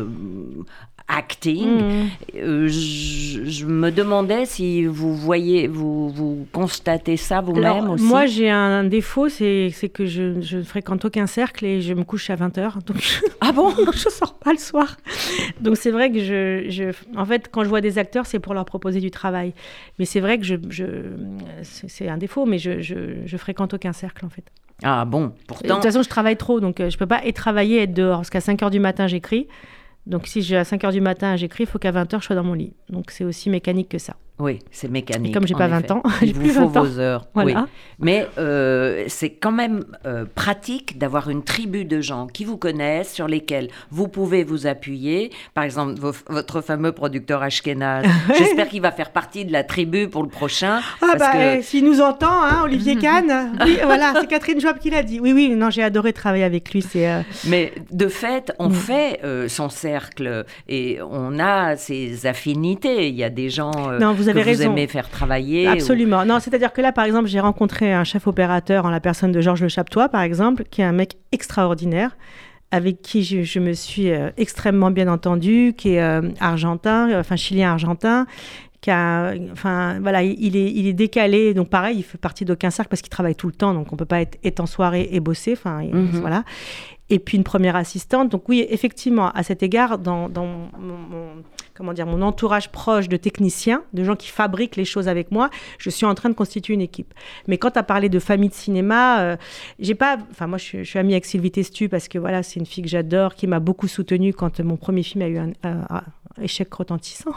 acting. Mmh. Euh, je, je me demandais si vous voyez, vous, vous constatez ça vous-même Alors, aussi. Moi, j'ai un défaut, c'est, c'est que je, je ne fréquente aucun cercle et je me couche à vingt heures. Donc je, ah bon je sors pas le soir. Donc c'est vrai que je, je... En fait, quand je vois des acteurs, c'est pour leur proposer du travail. Mais c'est vrai que je... je c'est, c'est un défaut, mais je, je, je fréquente aucun cercle, en fait. Ah bon, pourtant... De toute façon, je travaille trop, donc euh, je peux pas et travailler et être dehors. Parce qu'à cinq heures du matin, j'écris. Donc, si j'ai à cinq heures du matin, j'écris, il faut qu'à vingt heures, je sois dans mon lit. Donc, c'est aussi mécanique que ça. Oui, c'est mécanique. Et comme je n'ai pas vingt effet. ans, il j'ai vous plus faut vingt ans. vos heures. Voilà. Oui. Mais euh, c'est quand même euh, pratique d'avoir une tribu de gens qui vous connaissent, sur lesquels vous pouvez vous appuyer. Par exemple, vos, votre fameux producteur Ashkenaz. J'espère qu'il va faire partie de la tribu pour le prochain. Ah parce bah, que... eh, s'il nous entend, hein, Olivier Kahn. Oui, voilà, c'est Catherine Schwab qui l'a dit. Oui, oui, non, j'ai adoré travailler avec lui. C'est, euh... Mais de fait, on mmh. fait euh, son cercle et on a ses affinités. Il y a des gens euh, non, vous avez que raison. vous aimez faire travailler. Absolument. Ou... Non, c'est-à-dire que là, par exemple, j'ai rencontré un chef opérateur en la personne de Georges Le Chaptois, par exemple, qui est un mec extraordinaire, avec qui je, je me suis euh, extrêmement bien entendue, qui est euh, argentin, euh, enfin chilien-argentin, qui a, enfin, voilà, il est, il est décalé, donc pareil, il fait partie d'aucun cercle parce qu'il travaille tout le temps, donc on ne peut pas être, être en soirée et bosser, enfin, mm-hmm. voilà. Et puis une première assistante. Donc oui, effectivement, à cet égard, dans, dans mon, mon, comment dire, mon entourage proche de techniciens, de gens qui fabriquent les choses avec moi, je suis en train de constituer une équipe. Mais quand tu as parlé de famille de cinéma, euh, j'ai pas... Enfin, moi, je suis, je suis amie avec Sylvie Testu parce que voilà, c'est une fille que j'adore, qui m'a beaucoup soutenue quand mon premier film a eu un, un, un échec retentissant.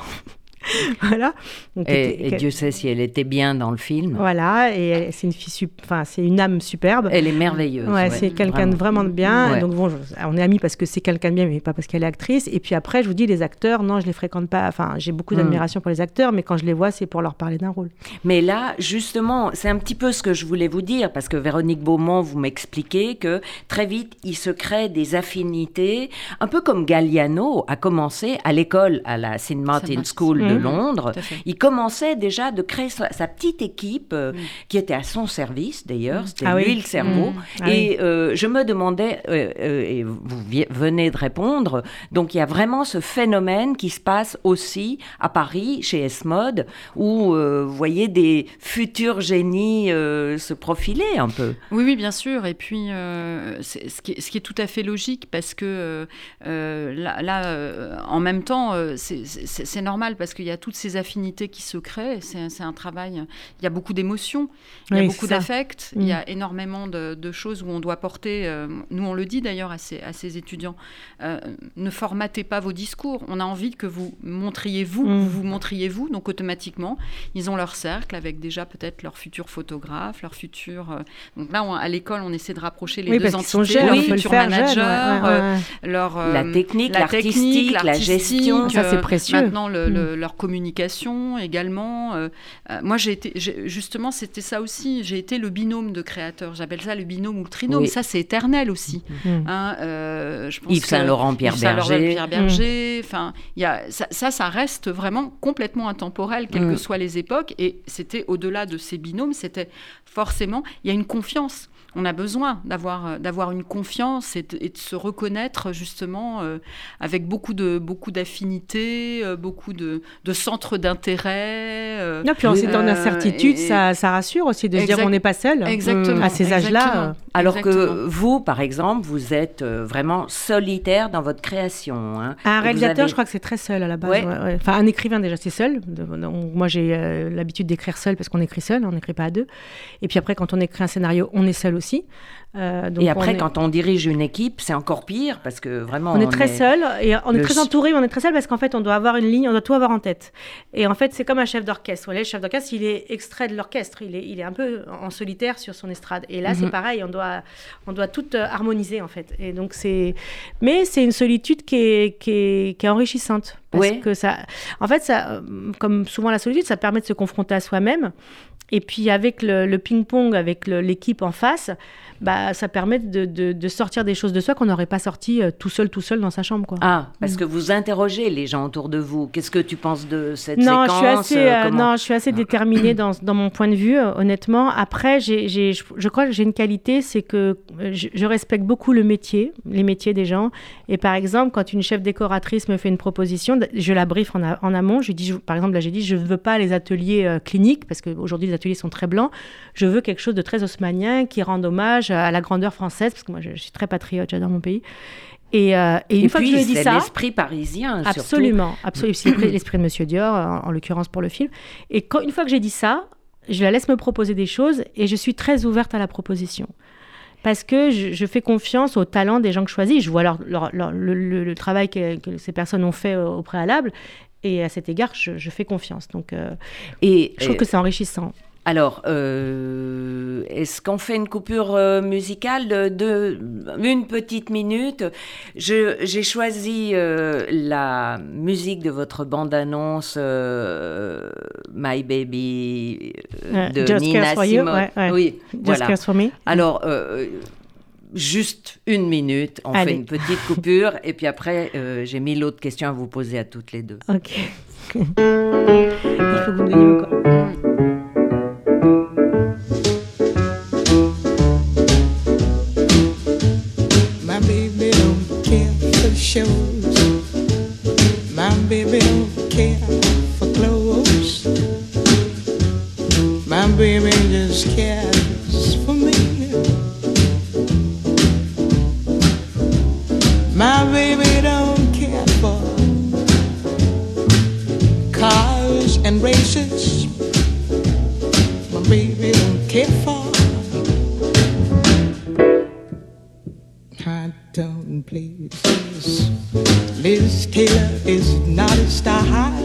Voilà. Donc, et, était, et Dieu sait si elle était bien dans le film. Voilà, et elle, c'est une fille, sup... enfin, c'est une âme superbe. Elle est merveilleuse. Ouais, ouais, c'est quelqu'un vraiment de vraiment de bien. Ouais. Donc bon, je... on est amis parce que c'est quelqu'un de bien, mais pas parce qu'elle est actrice. Et puis après, je vous dis, les acteurs, non, je les fréquente pas. Enfin, j'ai beaucoup d'admiration mmh. pour les acteurs, mais quand je les vois, c'est pour leur parler d'un rôle. Mais là, justement, c'est un petit peu ce que je voulais vous dire, parce que Véronique Beaumont, vous m'expliquez que très vite, il se crée des affinités, un peu comme Galliano a commencé à l'école, à la Saint Martin School mmh. de Londres. Il commençait déjà de créer sa, sa petite équipe euh, mmh. qui était à son service d'ailleurs, c'était ah lui oui. le cerveau. Mmh. Ah et oui. euh, je me demandais, euh, euh, et vous venez de répondre, donc il y a vraiment ce phénomène qui se passe aussi à Paris, chez S-Mode, où euh, vous voyez des futurs génies euh, se profiler un peu. Oui, oui, bien sûr. Et puis, euh, c'est, ce, qui est, ce qui est tout à fait logique, parce que euh, là, là euh, en même temps, euh, c'est, c'est, c'est normal, parce qu'il y a toutes ces affinités qui se créent. C'est, c'est un travail. Il y a beaucoup d'émotions, il y a oui, beaucoup d'affects, mmh. il y a énormément de, de choses où on doit porter. Euh, nous, on le dit d'ailleurs à ces, à ces étudiants. Euh, ne formatez pas vos discours. On a envie que vous montriez vous, mmh. vous vous montriez vous. Donc automatiquement, ils ont leur cercle avec déjà peut-être leur futur photographe, leur futur. Euh, donc là, on, à l'école, on essaie de rapprocher les oui, deux entités, jeunes, leur oui, futur manager, jeune, ouais, ouais, ouais. Euh, leur euh, la technique, la l'artistique, technique, la gestion. Ça, c'est précieux. Maintenant, le, mmh. le, leur communication également. Euh, euh, moi, j'ai été, j'ai, justement, c'était ça aussi. J'ai été le binôme de créateurs. J'appelle ça le binôme ou le trinôme. Oui. Ça, c'est éternel aussi. Mmh. Hein, euh, je pense Yves Saint-Laurent, Pierre Yves Berger. Saint-Laurent, Pierre Berger. Enfin, il y a ça, ça, ça reste vraiment complètement intemporel, quelles mmh. que soient les époques. Et c'était au-delà de ces binômes, c'était forcément, il y a une confiance. on a besoin d'avoir, d'avoir une confiance et de, et de se reconnaître justement euh, avec beaucoup, de, beaucoup d'affinités, euh, beaucoup de, de centres d'intérêt. Euh, non, puis en ces temps d'incertitude, et, ça, ça rassure aussi de exact, se dire qu'on n'est pas seul exactement, à ces âges-là. Exactement, alors exactement. que vous, par exemple, vous êtes vraiment solitaire dans votre création. Hein, un réalisateur, avez... je crois que c'est très seul à la base. Ouais. Ouais, ouais. Enfin, un écrivain déjà, c'est seul. Donc, moi, j'ai euh, l'habitude d'écrire seul parce qu'on écrit seul, on n'écrit pas à deux. Et puis après, quand on écrit un scénario, on est seul aussi. Euh, donc et après, on est... quand on dirige une équipe, c'est encore pire parce que vraiment... On est on très est... seul et on est le... très entouré, mais on est très seul parce qu'en fait, on doit avoir une ligne, on doit tout avoir en tête. Et en fait, c'est comme un chef d'orchestre. Le chef d'orchestre, il est extrait de l'orchestre. Il est, il est un peu en solitaire sur son estrade. Et là, mm-hmm. c'est pareil, on doit, on doit tout euh, harmoniser, en fait. Et donc, c'est... Mais c'est une solitude qui est, qui est, qui est enrichissante. Parce oui. que ça... En fait, ça, comme souvent la solitude, ça permet de se confronter à soi-même. Et puis, avec le, le ping-pong, avec le, l'équipe en face... Bah, ça permet de, de, de sortir des choses de soi qu'on n'aurait pas sorti euh, tout seul, tout seul dans sa chambre, quoi. Ah, parce mmh. que vous interrogez les gens autour de vous. Qu'est-ce que tu penses de cette non, séquence je suis assez, euh, Non, je suis assez déterminée dans, dans mon point de vue, euh, honnêtement. Après, j'ai, j'ai, je, je crois que j'ai une qualité, c'est que je, je respecte beaucoup le métier, les métiers des gens. Et par exemple, quand une chef décoratrice me fait une proposition, je la briefe en, a, en amont. Je lui dis, je, par exemple, là, j'ai dit, je ne veux pas les ateliers euh, cliniques, parce qu'aujourd'hui, les ateliers sont très blancs. Je veux quelque chose de très haussmannien qui rende hommage à la grandeur française, parce que moi je, je suis très patriote, j'adore mon pays. Et, euh, et une et fois puis, que je lui ai dit c'est ça, l'esprit parisien, absolument, surtout. absolument, c'est l'esprit de Monsieur Dior, en, en l'occurrence pour le film. Et quand, une fois que j'ai dit ça, je la laisse me proposer des choses et je suis très ouverte à la proposition. Parce que je, je fais confiance au talent des gens que je choisis. Je vois leur, leur, leur, le, le, le travail que, que ces personnes ont fait au, au préalable. Et à cet égard, je, je fais confiance. Donc, euh, et je trouve et... que c'est enrichissant. Alors, euh, est-ce qu'on fait une coupure euh, musicale de, de une petite minute ? Je, J'ai choisi euh, la musique de votre bande-annonce euh, My Baby euh, de Just Nina Simone. Ouais, ouais. Oui, Just voilà. Cares for Me. Alors, euh, juste une minute, on Allez. fait une petite coupure et puis après, euh, j'ai mille autres questions à vous poser à toutes les deux. Ok. Il faut que vous me donniez encore. Shows. My baby don't care for clothes. My baby just cares for me. My baby don't care for cars and races. My baby don't care for high tone places. Liz Taylor is not a style,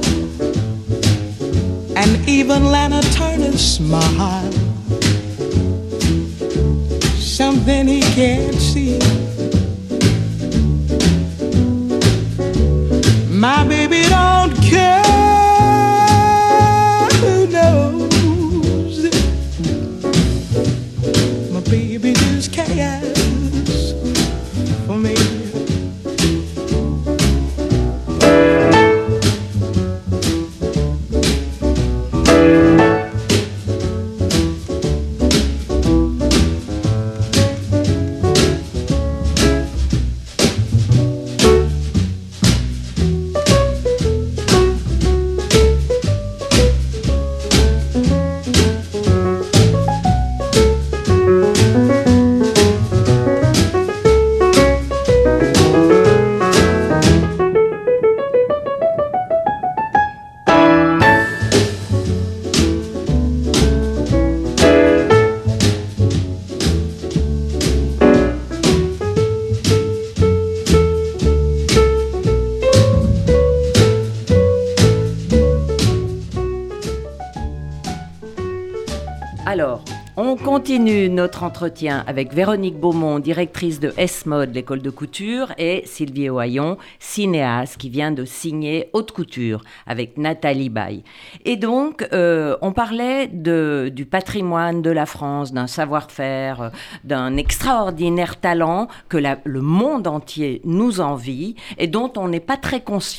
and even Lana Turner's smile, something he can't see. My baby don't care who knows. My baby just cares for me. Alors, on continue notre entretien avec Véronique Beaumont, directrice de S-Mode, l'école de couture, et Sylvie Ohaillon, cinéaste, qui vient de signer Haute Couture avec Nathalie Baye. Et donc, euh, on parlait de, du patrimoine de la France, d'un savoir-faire, d'un extraordinaire talent que la, le monde entier nous envie et dont on n'est pas très conscient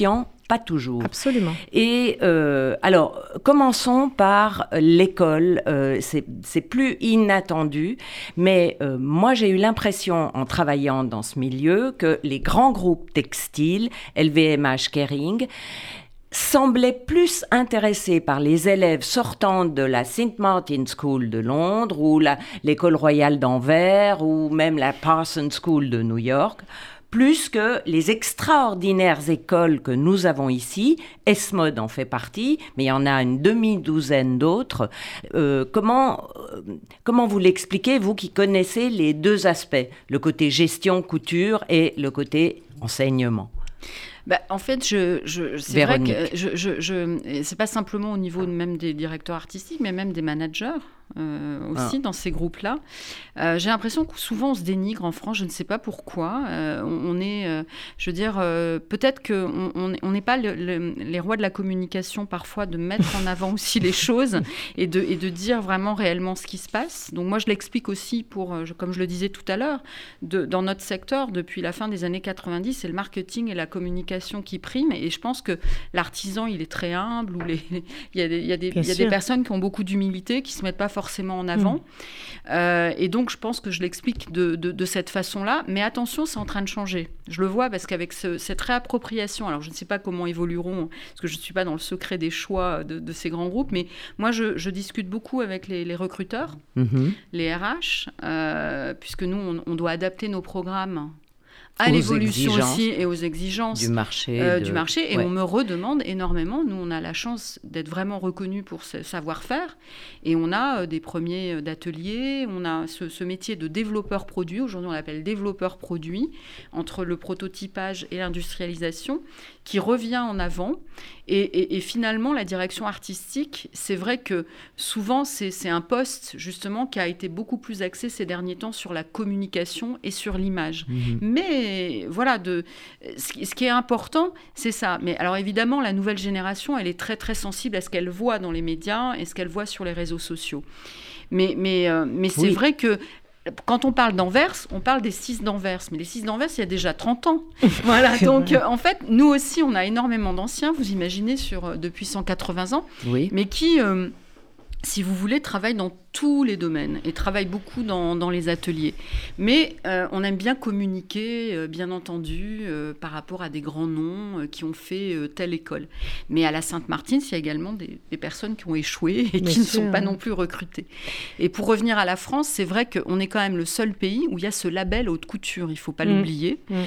pas toujours. Absolument. Et euh, alors, commençons par l'école. Euh, c'est, c'est plus inattendu, mais euh, moi, j'ai eu l'impression, en travaillant dans ce milieu, que les grands groupes textiles, L V M H, Kering, semblaient plus intéressés par les élèves sortant de la Saint Martin School de Londres ou la, l'école royale d'Anvers ou même la Parsons School de New York, plus que les extraordinaires écoles que nous avons ici. S-Mode en fait partie, mais il y en a une demi-douzaine d'autres. Euh, comment, euh, comment vous l'expliquez, vous qui connaissez les deux aspects, le côté gestion, couture et le côté enseignement? Bah, en fait, je, je, c'est Véronique. vrai que je, je, je, c'est pas simplement au niveau même des directeurs artistiques, mais même des managers. Euh, aussi ah. dans ces groupes-là. Euh, j'ai l'impression que souvent on se dénigre en France, je ne sais pas pourquoi. Euh, on, on est, euh, je veux dire, euh, peut-être qu'on on n'est pas le, le, les rois de la communication parfois, de mettre en avant aussi les choses et de, et de dire vraiment réellement ce qui se passe. Donc moi je l'explique aussi pour, comme je le disais tout à l'heure, de, dans notre secteur, depuis la fin des années quatre-vingt-dix, c'est le marketing et la communication qui priment. Et je pense que l'artisan, il est très humble, ou les, il y a des, il y a des, il y a des personnes qui ont beaucoup d'humilité, qui ne se mettent pas forcément en avant. Mmh. Euh, et donc, je pense que je l'explique de, de, de cette façon-là. Mais attention, c'est en train de changer. Je le vois parce qu'avec ce, cette réappropriation, alors je ne sais pas comment évolueront, parce que je ne suis pas dans le secret des choix de, de ces grands groupes, mais moi, je, je discute beaucoup avec les, les recruteurs, mmh. les R H, euh, puisque nous, on, on doit adapter nos programmes à l'évolution aussi et aux exigences du marché. Euh, de... du marché. Et ouais. on me redemande énormément. Nous, on a la chance d'être vraiment reconnus pour ce savoir-faire. Et on a euh, des premiers d'ateliers. On a ce, ce métier de développeur produit. Aujourd'hui, on l'appelle développeur produit, entre le prototypage et l'industrialisation, qui revient en avant. Et, et, et finalement, la direction artistique, c'est vrai que souvent, c'est, c'est un poste, justement, qui a été beaucoup plus axé ces derniers temps sur la communication et sur l'image. Mmh. Mais voilà, de, ce, ce qui est important, c'est ça. Mais alors évidemment, la nouvelle génération, elle est très, très sensible à ce qu'elle voit dans les médias et ce qu'elle voit sur les réseaux sociaux. Mais, mais, euh, mais c'est oui. vrai que quand on parle d'Anvers, on parle des six d'Anvers. Mais les six d'Anvers, il y a déjà trente ans. Voilà, donc euh, en fait, nous aussi, on a énormément d'anciens, vous imaginez, sur, euh, depuis cent quatre-vingts ans, oui. mais qui, euh, si vous voulez, travaillent dans tous les domaines et travaillent beaucoup dans, dans les ateliers. Mais euh, on aime bien communiquer, euh, bien entendu, euh, par rapport à des grands noms euh, qui ont fait euh, telle école. Mais à la Sainte-Martine, il y a également des, des personnes qui ont échoué et bien qui sûr. ne sont pas non plus recrutées. Et pour revenir à la France, c'est vrai qu'on est quand même le seul pays où il y a ce label haute couture, il ne faut pas mmh. l'oublier, mmh.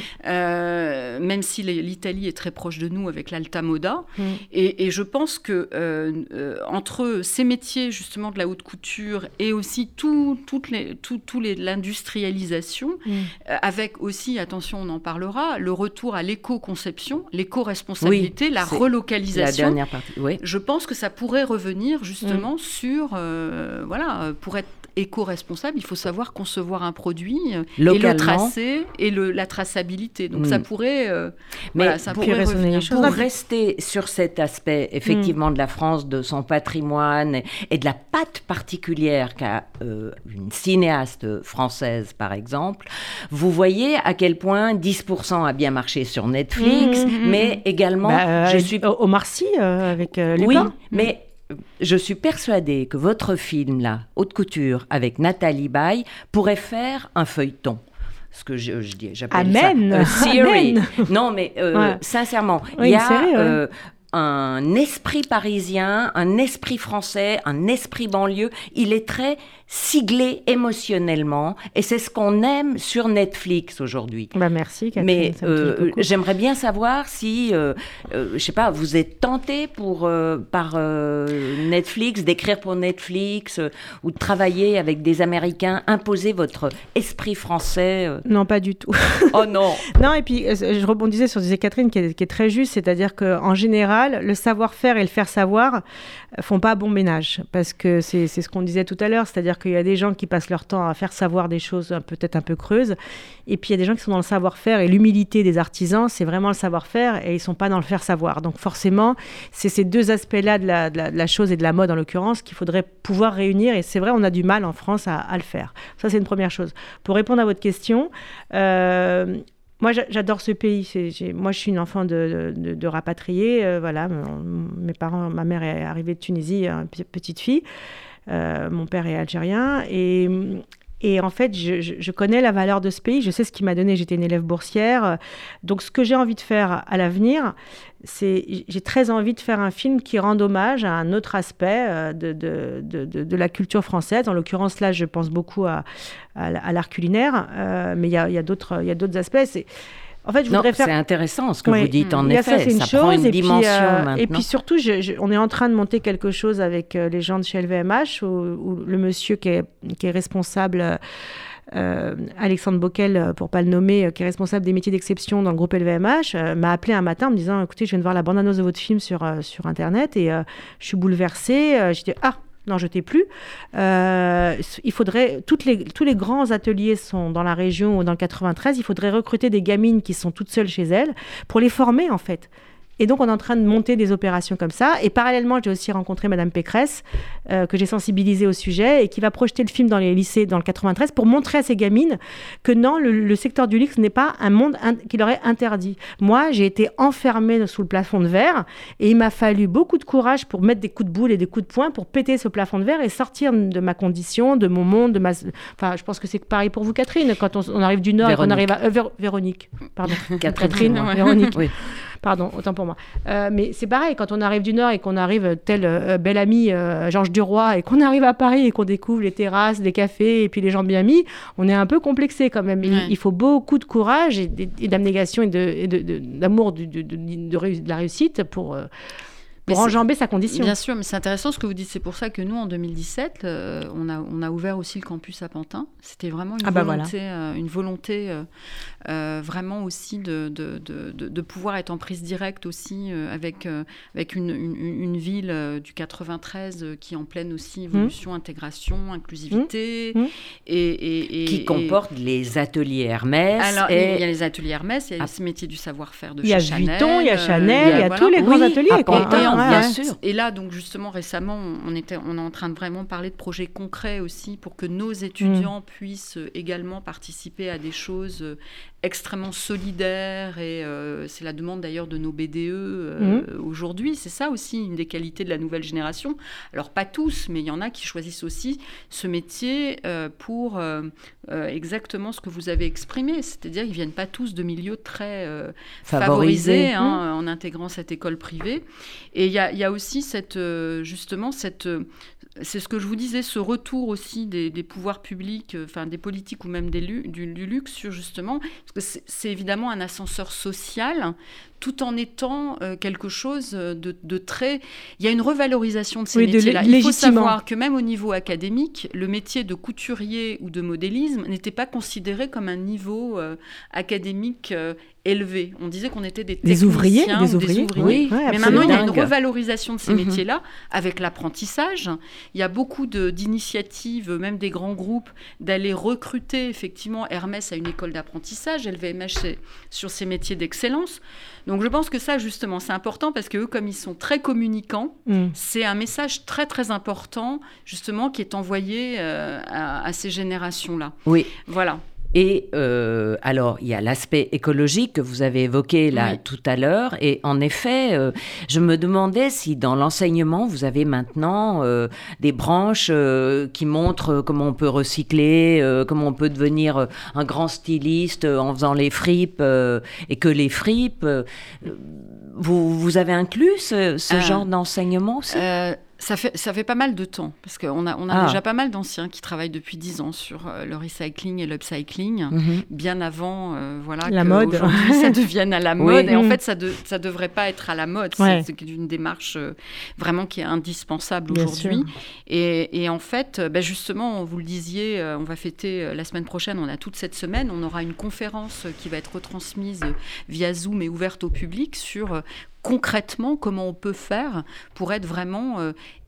Euh, même si les, l'Italie est très proche de nous avec l'Alta Moda. Mmh. Et, et je pense que euh, euh, entre ces métiers justement de la haute couture et aussi tout, toutes les, tout, tout les, l'industrialisation, mmh. euh, avec aussi, attention, on en parlera, le retour à l'éco-conception, l'éco-responsabilité, oui, la relocalisation. La dernière partie, oui. Je pense que ça pourrait revenir justement mmh. sur, euh, voilà, pour être éco-responsable, il faut savoir concevoir un produit Localement. et le tracer et le, la traçabilité. Donc mmh. ça pourrait, euh, Mais voilà, ça pour, pourrait revenir. Pour rester sur cet aspect, effectivement, mmh. de la France, de son patrimoine et, et de la patte particulière qu'a euh, une cinéaste française, par exemple, vous voyez à quel point dix pour cent a bien marché sur Netflix, mmh. mais également... Bah, je suis... Omar Sy, euh, avec euh, Lupin. Oui, mmh. mais... Je suis persuadée que votre film, là, Haute Couture, avec Nathalie Baye, pourrait faire un feuilleton. Ce que je, je dis, j'appelle Amen. ça a series. Amen. Non, mais euh, ouais. sincèrement, il oui, y a série, euh, ouais. un esprit parisien, un esprit français, un esprit banlieue. Il est très ciblé émotionnellement, et c'est ce qu'on aime sur Netflix aujourd'hui. Bah merci, Catherine. Mais euh, j'aimerais bien savoir si, euh, euh, je sais pas, vous êtes tenté pour euh, par euh, Netflix, d'écrire pour Netflix euh, ou de travailler avec des Américains, imposer votre esprit français. Euh... Non, pas du tout. Oh non. Non, et puis je rebondissais sur ce que disait Catherine, qui est, qui est très juste, c'est-à-dire qu'en général, le savoir-faire et le faire savoir font pas bon ménage, parce que c'est, c'est ce qu'on disait tout à l'heure, c'est-à-dire qu'il y a des gens qui passent leur temps à faire savoir des choses peut-être un peu creuses, et puis il y a des gens qui sont dans le savoir-faire, et l'humilité des artisans, c'est vraiment le savoir-faire, et ils ne sont pas dans le faire savoir. Donc forcément, c'est ces deux aspects-là de la, de la, de la chose et de la mode, en l'occurrence, qu'il faudrait pouvoir réunir, et c'est vrai, on a du mal en France à, à le faire. Ça, c'est une première chose. Pour répondre à votre question, euh, moi, j'adore ce pays. C'est, j'ai, moi, je suis une enfant de, de, de rapatriés. Euh, voilà, mon, mes parents, ma mère est arrivée de Tunisie, hein, petite fille. Euh, mon père est algérien. Et, et en fait, je, je, je connais la valeur de ce pays. Je sais ce qu'il m'a donné. J'étais une élève boursière. Donc, ce que j'ai envie de faire à l'avenir, c'est, j'ai très envie de faire un film qui rende hommage à un autre aspect de, de, de, de, de la culture française. En l'occurrence, là, je pense beaucoup à, à, à l'art culinaire, euh, mais il y a, y a d'autres, y a d'autres aspects. C'est... En fait, je non, voudrais faire... c'est intéressant ce que oui. vous dites, en Il y a effet. Ça, c'est une ça chose, prend une et dimension puis, euh, maintenant. Et puis surtout, je, je, on est en train de monter quelque chose avec euh, les gens de chez L V M H, où, où le monsieur qui est, qui est responsable... Euh, Alexandre Bockel, pour ne pas le nommer, euh, qui est responsable des métiers d'exception dans le groupe L V M H, euh, m'a appelé un matin en me disant « Écoutez, je viens de voir la bande-annonce de votre film sur, euh, sur Internet et euh, je suis bouleversée. Euh, » J'ai dit « Ah, non, je t'ai plus. Euh, il faudrait, toutes les, tous les grands ateliers sont dans la région ou dans le quatre-vingt-treize, il faudrait recruter des gamines qui sont toutes seules chez elles pour les former, en fait. » Et donc, on est en train de monter des opérations comme ça. Et parallèlement, j'ai aussi rencontré Madame Pécresse, euh, que j'ai sensibilisée au sujet et qui va projeter le film dans les lycées dans le quatre-vingt-treize pour montrer à ces gamines que non, le, le secteur du luxe n'est pas un monde in- qui leur est interdit. Moi, j'ai été enfermée sous le plafond de verre et il m'a fallu beaucoup de courage pour mettre des coups de boule et des coups de poing pour péter ce plafond de verre et sortir de ma condition, de mon monde, de ma... Enfin, je pense que c'est pareil pour vous, Catherine, quand on, on arrive du Nord Véronique. et qu'on arrive à... Euh, Vér- Véronique, pardon. Catherine, Catherine, ouais. Véronique. Oui. Pardon, autant pour moi. Euh, mais c'est pareil, quand on arrive du Nord et qu'on arrive tel euh, bel ami euh, Georges Duroy et qu'on arrive à Paris et qu'on découvre les terrasses, les cafés et puis les gens bien mis, on est un peu complexé quand même. Il, ouais. il faut beaucoup de courage et, et d'abnégation et, de, et de, de, d'amour de, de, de, de, réu- de la réussite pour... Euh, pour enjamber sa condition. Bien sûr, mais c'est intéressant ce que vous dites. C'est pour ça que nous, en deux mille dix-sept, euh, on, a, on a ouvert aussi le campus à Pantin. C'était vraiment une ah bah volonté, voilà. euh, une volonté euh, euh, vraiment aussi de, de, de, de, de pouvoir être en prise directe aussi euh, avec, euh, avec une, une, une ville euh, du quatre-vingt-treize euh, qui est en pleine aussi évolution, mmh. intégration, inclusivité. Mmh. Et, et, et, qui comporte et... les ateliers Hermès. Alors, et... il y a les ateliers Hermès, il y a ah. ce métier du savoir-faire de il chez Chanel. Il y a Vuitton, il y a Chanel, il y a, il y a voilà. tous les oui, grands ateliers. À Pantin, et, bien et, sûr. Et là, donc justement, récemment, on, était, on est en train de vraiment parler de projets concrets aussi pour que nos étudiants mmh. puissent également participer à des choses extrêmement solidaires. Et euh, c'est la demande d'ailleurs de nos B D E euh, mmh. aujourd'hui. C'est ça aussi une des qualités de la nouvelle génération. Alors pas tous, mais il y en a qui choisissent aussi ce métier euh, pour euh, euh, exactement ce que vous avez exprimé. C'est-à-dire qu'ils ne viennent pas tous de milieux très euh, favorisés, favorisés hein, mmh. en intégrant cette école privée. Et il y a, y a aussi cette, euh, justement cette, euh, c'est ce que je vous disais, ce retour aussi des, des pouvoirs publics, enfin euh, des politiques ou même des lu- du, du luxe sur justement, parce que c'est, c'est évidemment un ascenseur social, tout en étant euh, quelque chose de, de très... Il y a une revalorisation de ces oui, métiers-là. De l- Il faut savoir que même au niveau académique, le métier de couturier ou de modélisme n'était pas considéré comme un niveau euh, académique euh, élevé. On disait qu'on était des techniciens des ouvriers, des ou ouvriers. des ouvriers. Oui, mais maintenant, il y a une revalorisation de ces mmh. métiers-là avec l'apprentissage. Il y a beaucoup de, d'initiatives, même des grands groupes, d'aller recruter. Effectivement, Hermès a une école d'apprentissage, L V M H c'est sur ces métiers d'excellence. Donc je pense que ça, justement, c'est important parce qu'eux, comme ils sont très communicants, mmh. c'est un message très, très important, justement, qui est envoyé euh, à, à ces générations-là. Oui. Voilà. Et euh, alors, il y a l'aspect écologique que vous avez évoqué là oui. tout à l'heure. Et en effet, euh, je me demandais si dans l'enseignement, vous avez maintenant euh, des branches euh, qui montrent comment on peut recycler, euh, comment on peut devenir un grand styliste en faisant les fripes euh, et que les fripes. Euh, vous, vous avez inclus ce, ce euh, genre d'enseignement aussi euh... Ça fait, ça fait pas mal de temps, parce qu'on a, on a ah. déjà pas mal d'anciens qui travaillent depuis dix ans sur euh, le recycling et l'upcycling, mm-hmm. bien avant euh, voilà, la mode. Aujourd'hui ça devienne à la mode. Oui. Et en fait, ça ne de, devrait pas être à la mode. Ouais. C'est, c'est une démarche euh, vraiment qui est indispensable bien aujourd'hui. Sûr. Et, et en fait, bah justement, vous le disiez, euh, on va fêter euh, la semaine prochaine, on a toute cette semaine, on aura une conférence qui va être retransmise via Zoom et ouverte au public sur... Euh, concrètement, comment on peut faire pour être vraiment euh,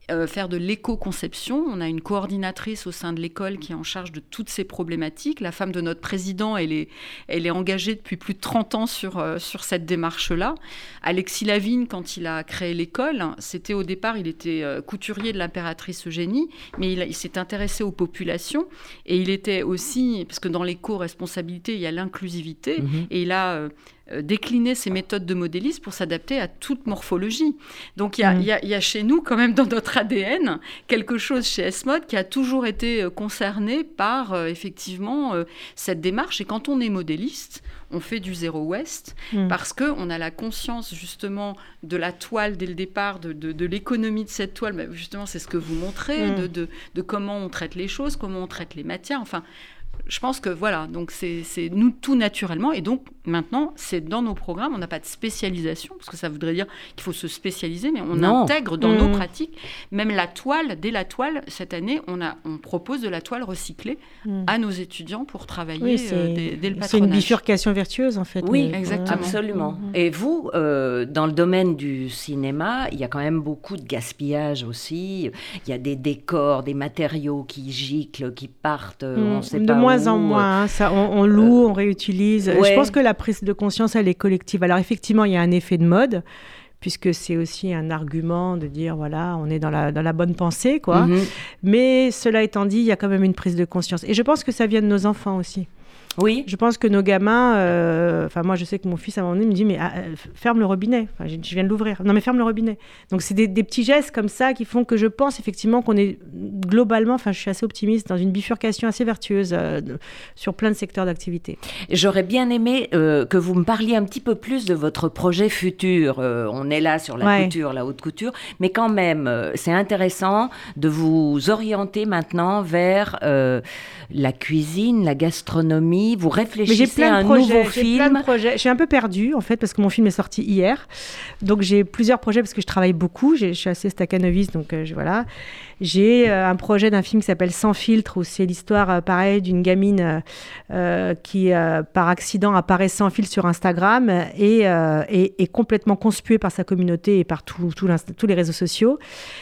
euh, faire de l'éco-conception. On a une coordinatrice au sein de l'école qui est en charge de toutes ces problématiques. La femme de notre président, elle est, elle est engagée depuis plus de trente ans sur, euh, sur cette démarche-là. Alexis Lavigne, quand il a créé l'école, c'était au départ, il était euh, couturier de l'impératrice Eugénie, mais il, il s'est intéressé aux populations et il était aussi, parce que dans l'éco-responsabilité, il y a l'inclusivité, mmh. et il a... Euh, décliner ses méthodes de modélisme pour s'adapter à toute morphologie. Donc il y, mmh. y, y a chez nous quand même dans notre A D N quelque chose chez S-Mode qui a toujours été concerné par euh, effectivement euh, cette démarche. Et quand on est modéliste, on fait du zéro waste mmh. parce qu'on a la conscience justement de la toile dès le départ, de, de, de l'économie de cette toile. Mais justement, c'est ce que vous montrez, mmh. de, de, de comment on traite les choses, comment on traite les matières. Enfin, je pense que voilà, donc c'est, c'est nous tout naturellement. Et donc maintenant, c'est dans nos programmes, on n'a pas de spécialisation, parce que ça voudrait dire qu'il faut se spécialiser, mais on non. intègre dans mmh. nos pratiques, même la toile, dès la toile, cette année, on, a, on propose de la toile recyclée mmh. à nos étudiants pour travailler oui, euh, dès, dès le patronage. C'est une bifurcation vertueuse, en fait. Oui, mais... exactement. Absolument. Mmh. Et vous, euh, dans le domaine du cinéma, il y a quand même beaucoup de gaspillage aussi. Il y a des décors, des matériaux qui giclent, qui partent, mmh. on ne sait de pas De moins où. en moins, hein, ça, on, on loue, euh, on réutilise. Ouais. Je pense que la prise de conscience, elle est collective. Alors effectivement, il y a un effet de mode, puisque c'est aussi un argument de dire, voilà, on est dans la, dans la bonne pensée, quoi. Mm-hmm. Mais cela étant dit, il y a quand même une prise de conscience. Et je pense que ça vient de nos enfants aussi. Oui. Je pense que nos gamins, enfin euh, moi je sais que mon fils à un moment donné me dit mais ah, ferme le robinet, enfin, je, je viens de l'ouvrir, non mais ferme le robinet. Donc c'est des, des petits gestes comme ça qui font que je pense effectivement qu'on est globalement, enfin je suis assez optimiste, dans une bifurcation assez vertueuse euh, de, sur plein de secteurs d'activité. J'aurais bien aimé euh, que vous me parliez un petit peu plus de votre projet futur. Euh, on est là sur la ouais. couture, la haute couture, mais quand même euh, c'est intéressant de vous orienter maintenant vers euh, la cuisine, la gastronomie. Vous réfléchissez à un projets, nouveau j'ai film. Plein de projets. Je suis un peu perdue, en fait, parce que mon film est sorti hier. Donc, j'ai plusieurs projets, parce que je travaille beaucoup. J'ai, je suis assez staccanoviste, donc euh, je, voilà. J'ai euh, un projet d'un film qui s'appelle Sans filtre, où c'est l'histoire, euh, pareil, d'une gamine euh, qui, euh, par accident, apparaît sans filtre sur Instagram et euh, est, est complètement conspuée par sa communauté et par tout, tout tous les réseaux sociaux.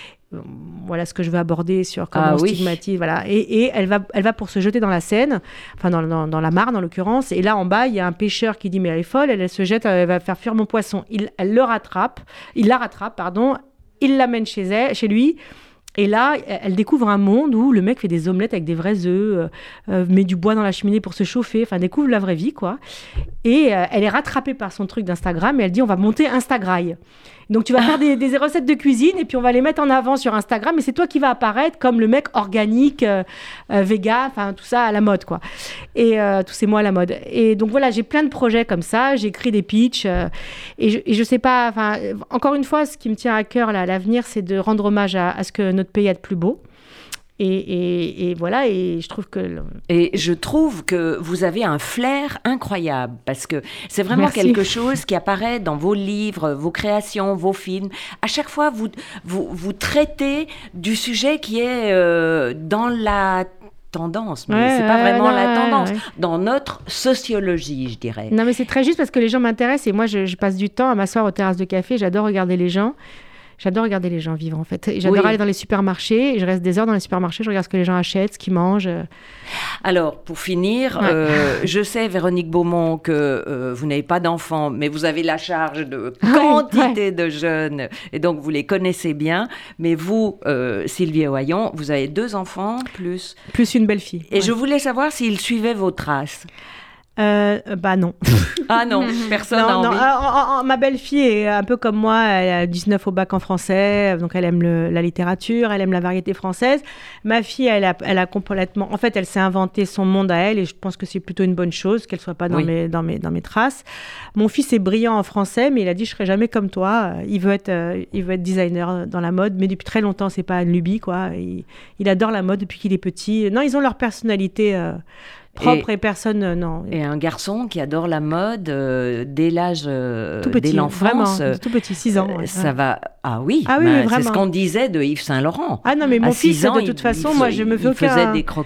Voilà ce que je veux aborder sur comment ah, on oui. stigmatise, voilà. Et, et elle va, elle va pour se jeter dans la Seine, enfin dans, dans, dans la Marne en l'occurrence. Et là en bas, il y a un pêcheur qui dit mais elle est folle, elle, elle se jette, elle va faire fuir mon poisson. Il, elle le rattrape, il la rattrape, pardon, il l'amène chez elle, chez lui. Et là, elle découvre un monde où le mec fait des omelettes avec des vrais œufs, euh, met du bois dans la cheminée pour se chauffer, enfin découvre la vraie vie, quoi. Et euh, elle est rattrapée par son truc d'Instagram et elle dit on va monter Instagrail. Donc tu vas faire des, des recettes de cuisine et puis on va les mettre en avant sur Instagram et c'est toi qui vas apparaître comme le mec organique, euh, euh, vegan, enfin tout ça à la mode, quoi. Et euh, tous ces mots à la mode. Et donc voilà, j'ai plein de projets comme ça, j'écris des pitchs euh, et, je, et je sais pas, enfin encore une fois, ce qui me tient à cœur là, à l'avenir, c'est de rendre hommage à, à ce que notre pays a de plus beau. Et, et, et voilà, et je trouve que... Et je trouve que vous avez un flair incroyable, parce que c'est vraiment Merci. quelque chose qui apparaît dans vos livres, vos créations, vos films. À chaque fois, vous, vous, vous traitez du sujet qui est euh, dans la tendance, mais ouais, c'est pas vraiment ouais, la tendance, ouais. dans notre sociologie, je dirais. Non, mais c'est très juste parce que les gens m'intéressent, et moi, je, je passe du temps à m'asseoir aux terrasses de café, j'adore regarder les gens. J'adore regarder les gens vivre, en fait. Et j'adore oui. aller dans les supermarchés. Et je reste des heures dans les supermarchés. Je regarde ce que les gens achètent, ce qu'ils mangent. Alors, pour finir, ouais. euh, je sais, Véronique Beaumont, que euh, vous n'avez pas d'enfants, mais vous avez la charge de quantité ouais, ouais. de jeunes. Et donc, vous les connaissez bien. Mais vous, euh, Sylvie Ohayon, vous avez deux enfants, plus... Plus une belle-fille. Et ouais. je voulais savoir s'ils suivaient vos traces. Euh, bah non. Ah non, personne n'a non, envie. Non. Euh, ma belle-fille est un peu comme moi, elle a dix-neuf au bac en français, donc elle aime le, la littérature, elle aime la variété française. Ma fille, elle a, elle a complètement... En fait, elle s'est inventé son monde à elle et je pense que c'est plutôt une bonne chose qu'elle ne soit pas dans, oui. mes, dans, mes, dans mes traces. Mon fils est brillant en français, mais il a dit « je ne serai jamais comme toi ». Il veut être, euh, il veut être designer dans la mode, mais depuis très longtemps, ce n'est pas une lubie, quoi. Il, il adore la mode depuis qu'il est petit. Non, ils ont leur personnalité... Euh, propre et, et personne, euh, non. Et un garçon qui adore la mode euh, dès l'âge, euh, tout petit, dès l'enfance. Vraiment, tout petit, six ans. Ouais. Ça va, ah oui, ah oui, bah, oui c'est ce qu'on disait de Yves Saint Laurent. Ah non, mais mon fils, ans, de toute il, façon, il, moi je me fais il aucun... faisait des croquis.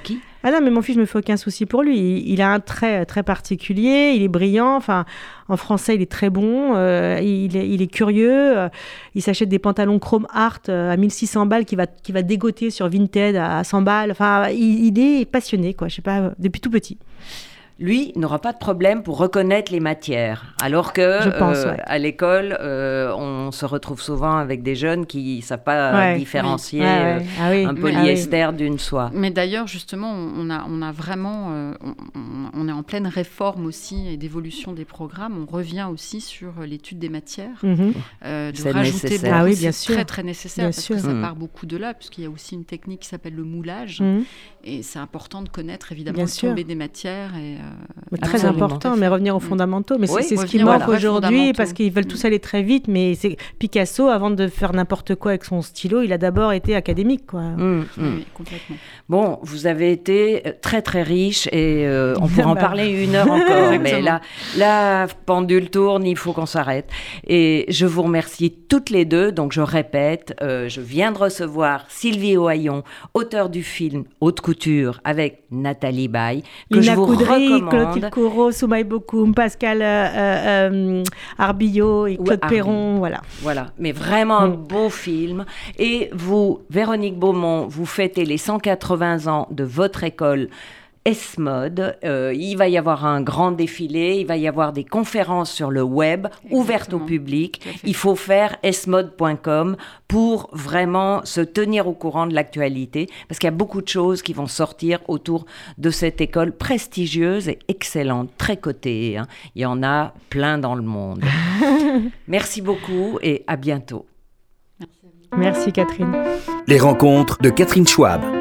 Ah non, mais mon fils, je me fais aucun souci pour lui. Il, il a un trait très particulier, il est brillant, enfin, en français, il est très bon, euh, il, est, il est curieux, euh, il s'achète des pantalons Chrome Art euh, à mille six cents balles qu'il va, qu'il va dégoter sur Vinted à cent balles. Enfin, il, il est passionné, quoi, je sais pas, depuis tout petit. Lui n'aura pas de problème pour reconnaître les matières, alors que je pense, euh, ouais. à l'école, euh, on se retrouve souvent avec des jeunes qui ne savent pas ouais, différencier oui. ouais, ouais. Ah, oui. un polyester ah, oui. d'une soie. Mais d'ailleurs, justement, on a, on a vraiment, euh, on, on est en pleine réforme aussi et d'évolution des programmes. On revient aussi sur l'étude des matières, mm-hmm. euh, de c'est rajouter nécessaire. beaucoup, ah oui, bien c'est sûr. très très nécessaire bien parce sûr. que ça mm. part beaucoup de là, puisqu'il y a aussi une technique qui s'appelle le moulage, mm. et c'est important de connaître évidemment bien le sûr. tombé des matières et euh, très important, mais revenir aux fondamentaux. Mais oui, c'est, c'est ce qui manque voilà, aujourd'hui parce qu'ils veulent tous aller très vite. Mais c'est Picasso, avant de faire n'importe quoi avec son stylo, il a d'abord été académique, quoi. Mmh, oui, mmh. complètement. Bon, vous avez été très très riche et euh, on pourrait en parler une heure encore. Mais là, la pendule tourne, il faut qu'on s'arrête. Et je vous remercie toutes les deux. Donc je répète, euh, je viens de recevoir Sylvie Ohaillon, auteure du film Haute Couture avec Nathalie Baye, que Lina je vous Coudry, recommande. Clotilde Corot, Soumaï Bokoum, Pascal euh, euh, Arbillot et Claude ouais, Perron, voilà. Voilà, mais vraiment mm. un beau film. Et vous, Véronique Beaumont, vous fêtez les cent quatre-vingts ans de votre école S-Mode. Euh, il va y avoir un grand défilé, il va y avoir des conférences sur le web, exactement, ouvertes au public. Il faut faire s mode point com pour vraiment se tenir au courant de l'actualité, parce qu'il y a beaucoup de choses qui vont sortir autour de cette école prestigieuse et excellente, très cotée. Hein. Il y en a plein dans le monde. Merci beaucoup et à bientôt. Merci Catherine. Les rencontres de Catherine Schwab.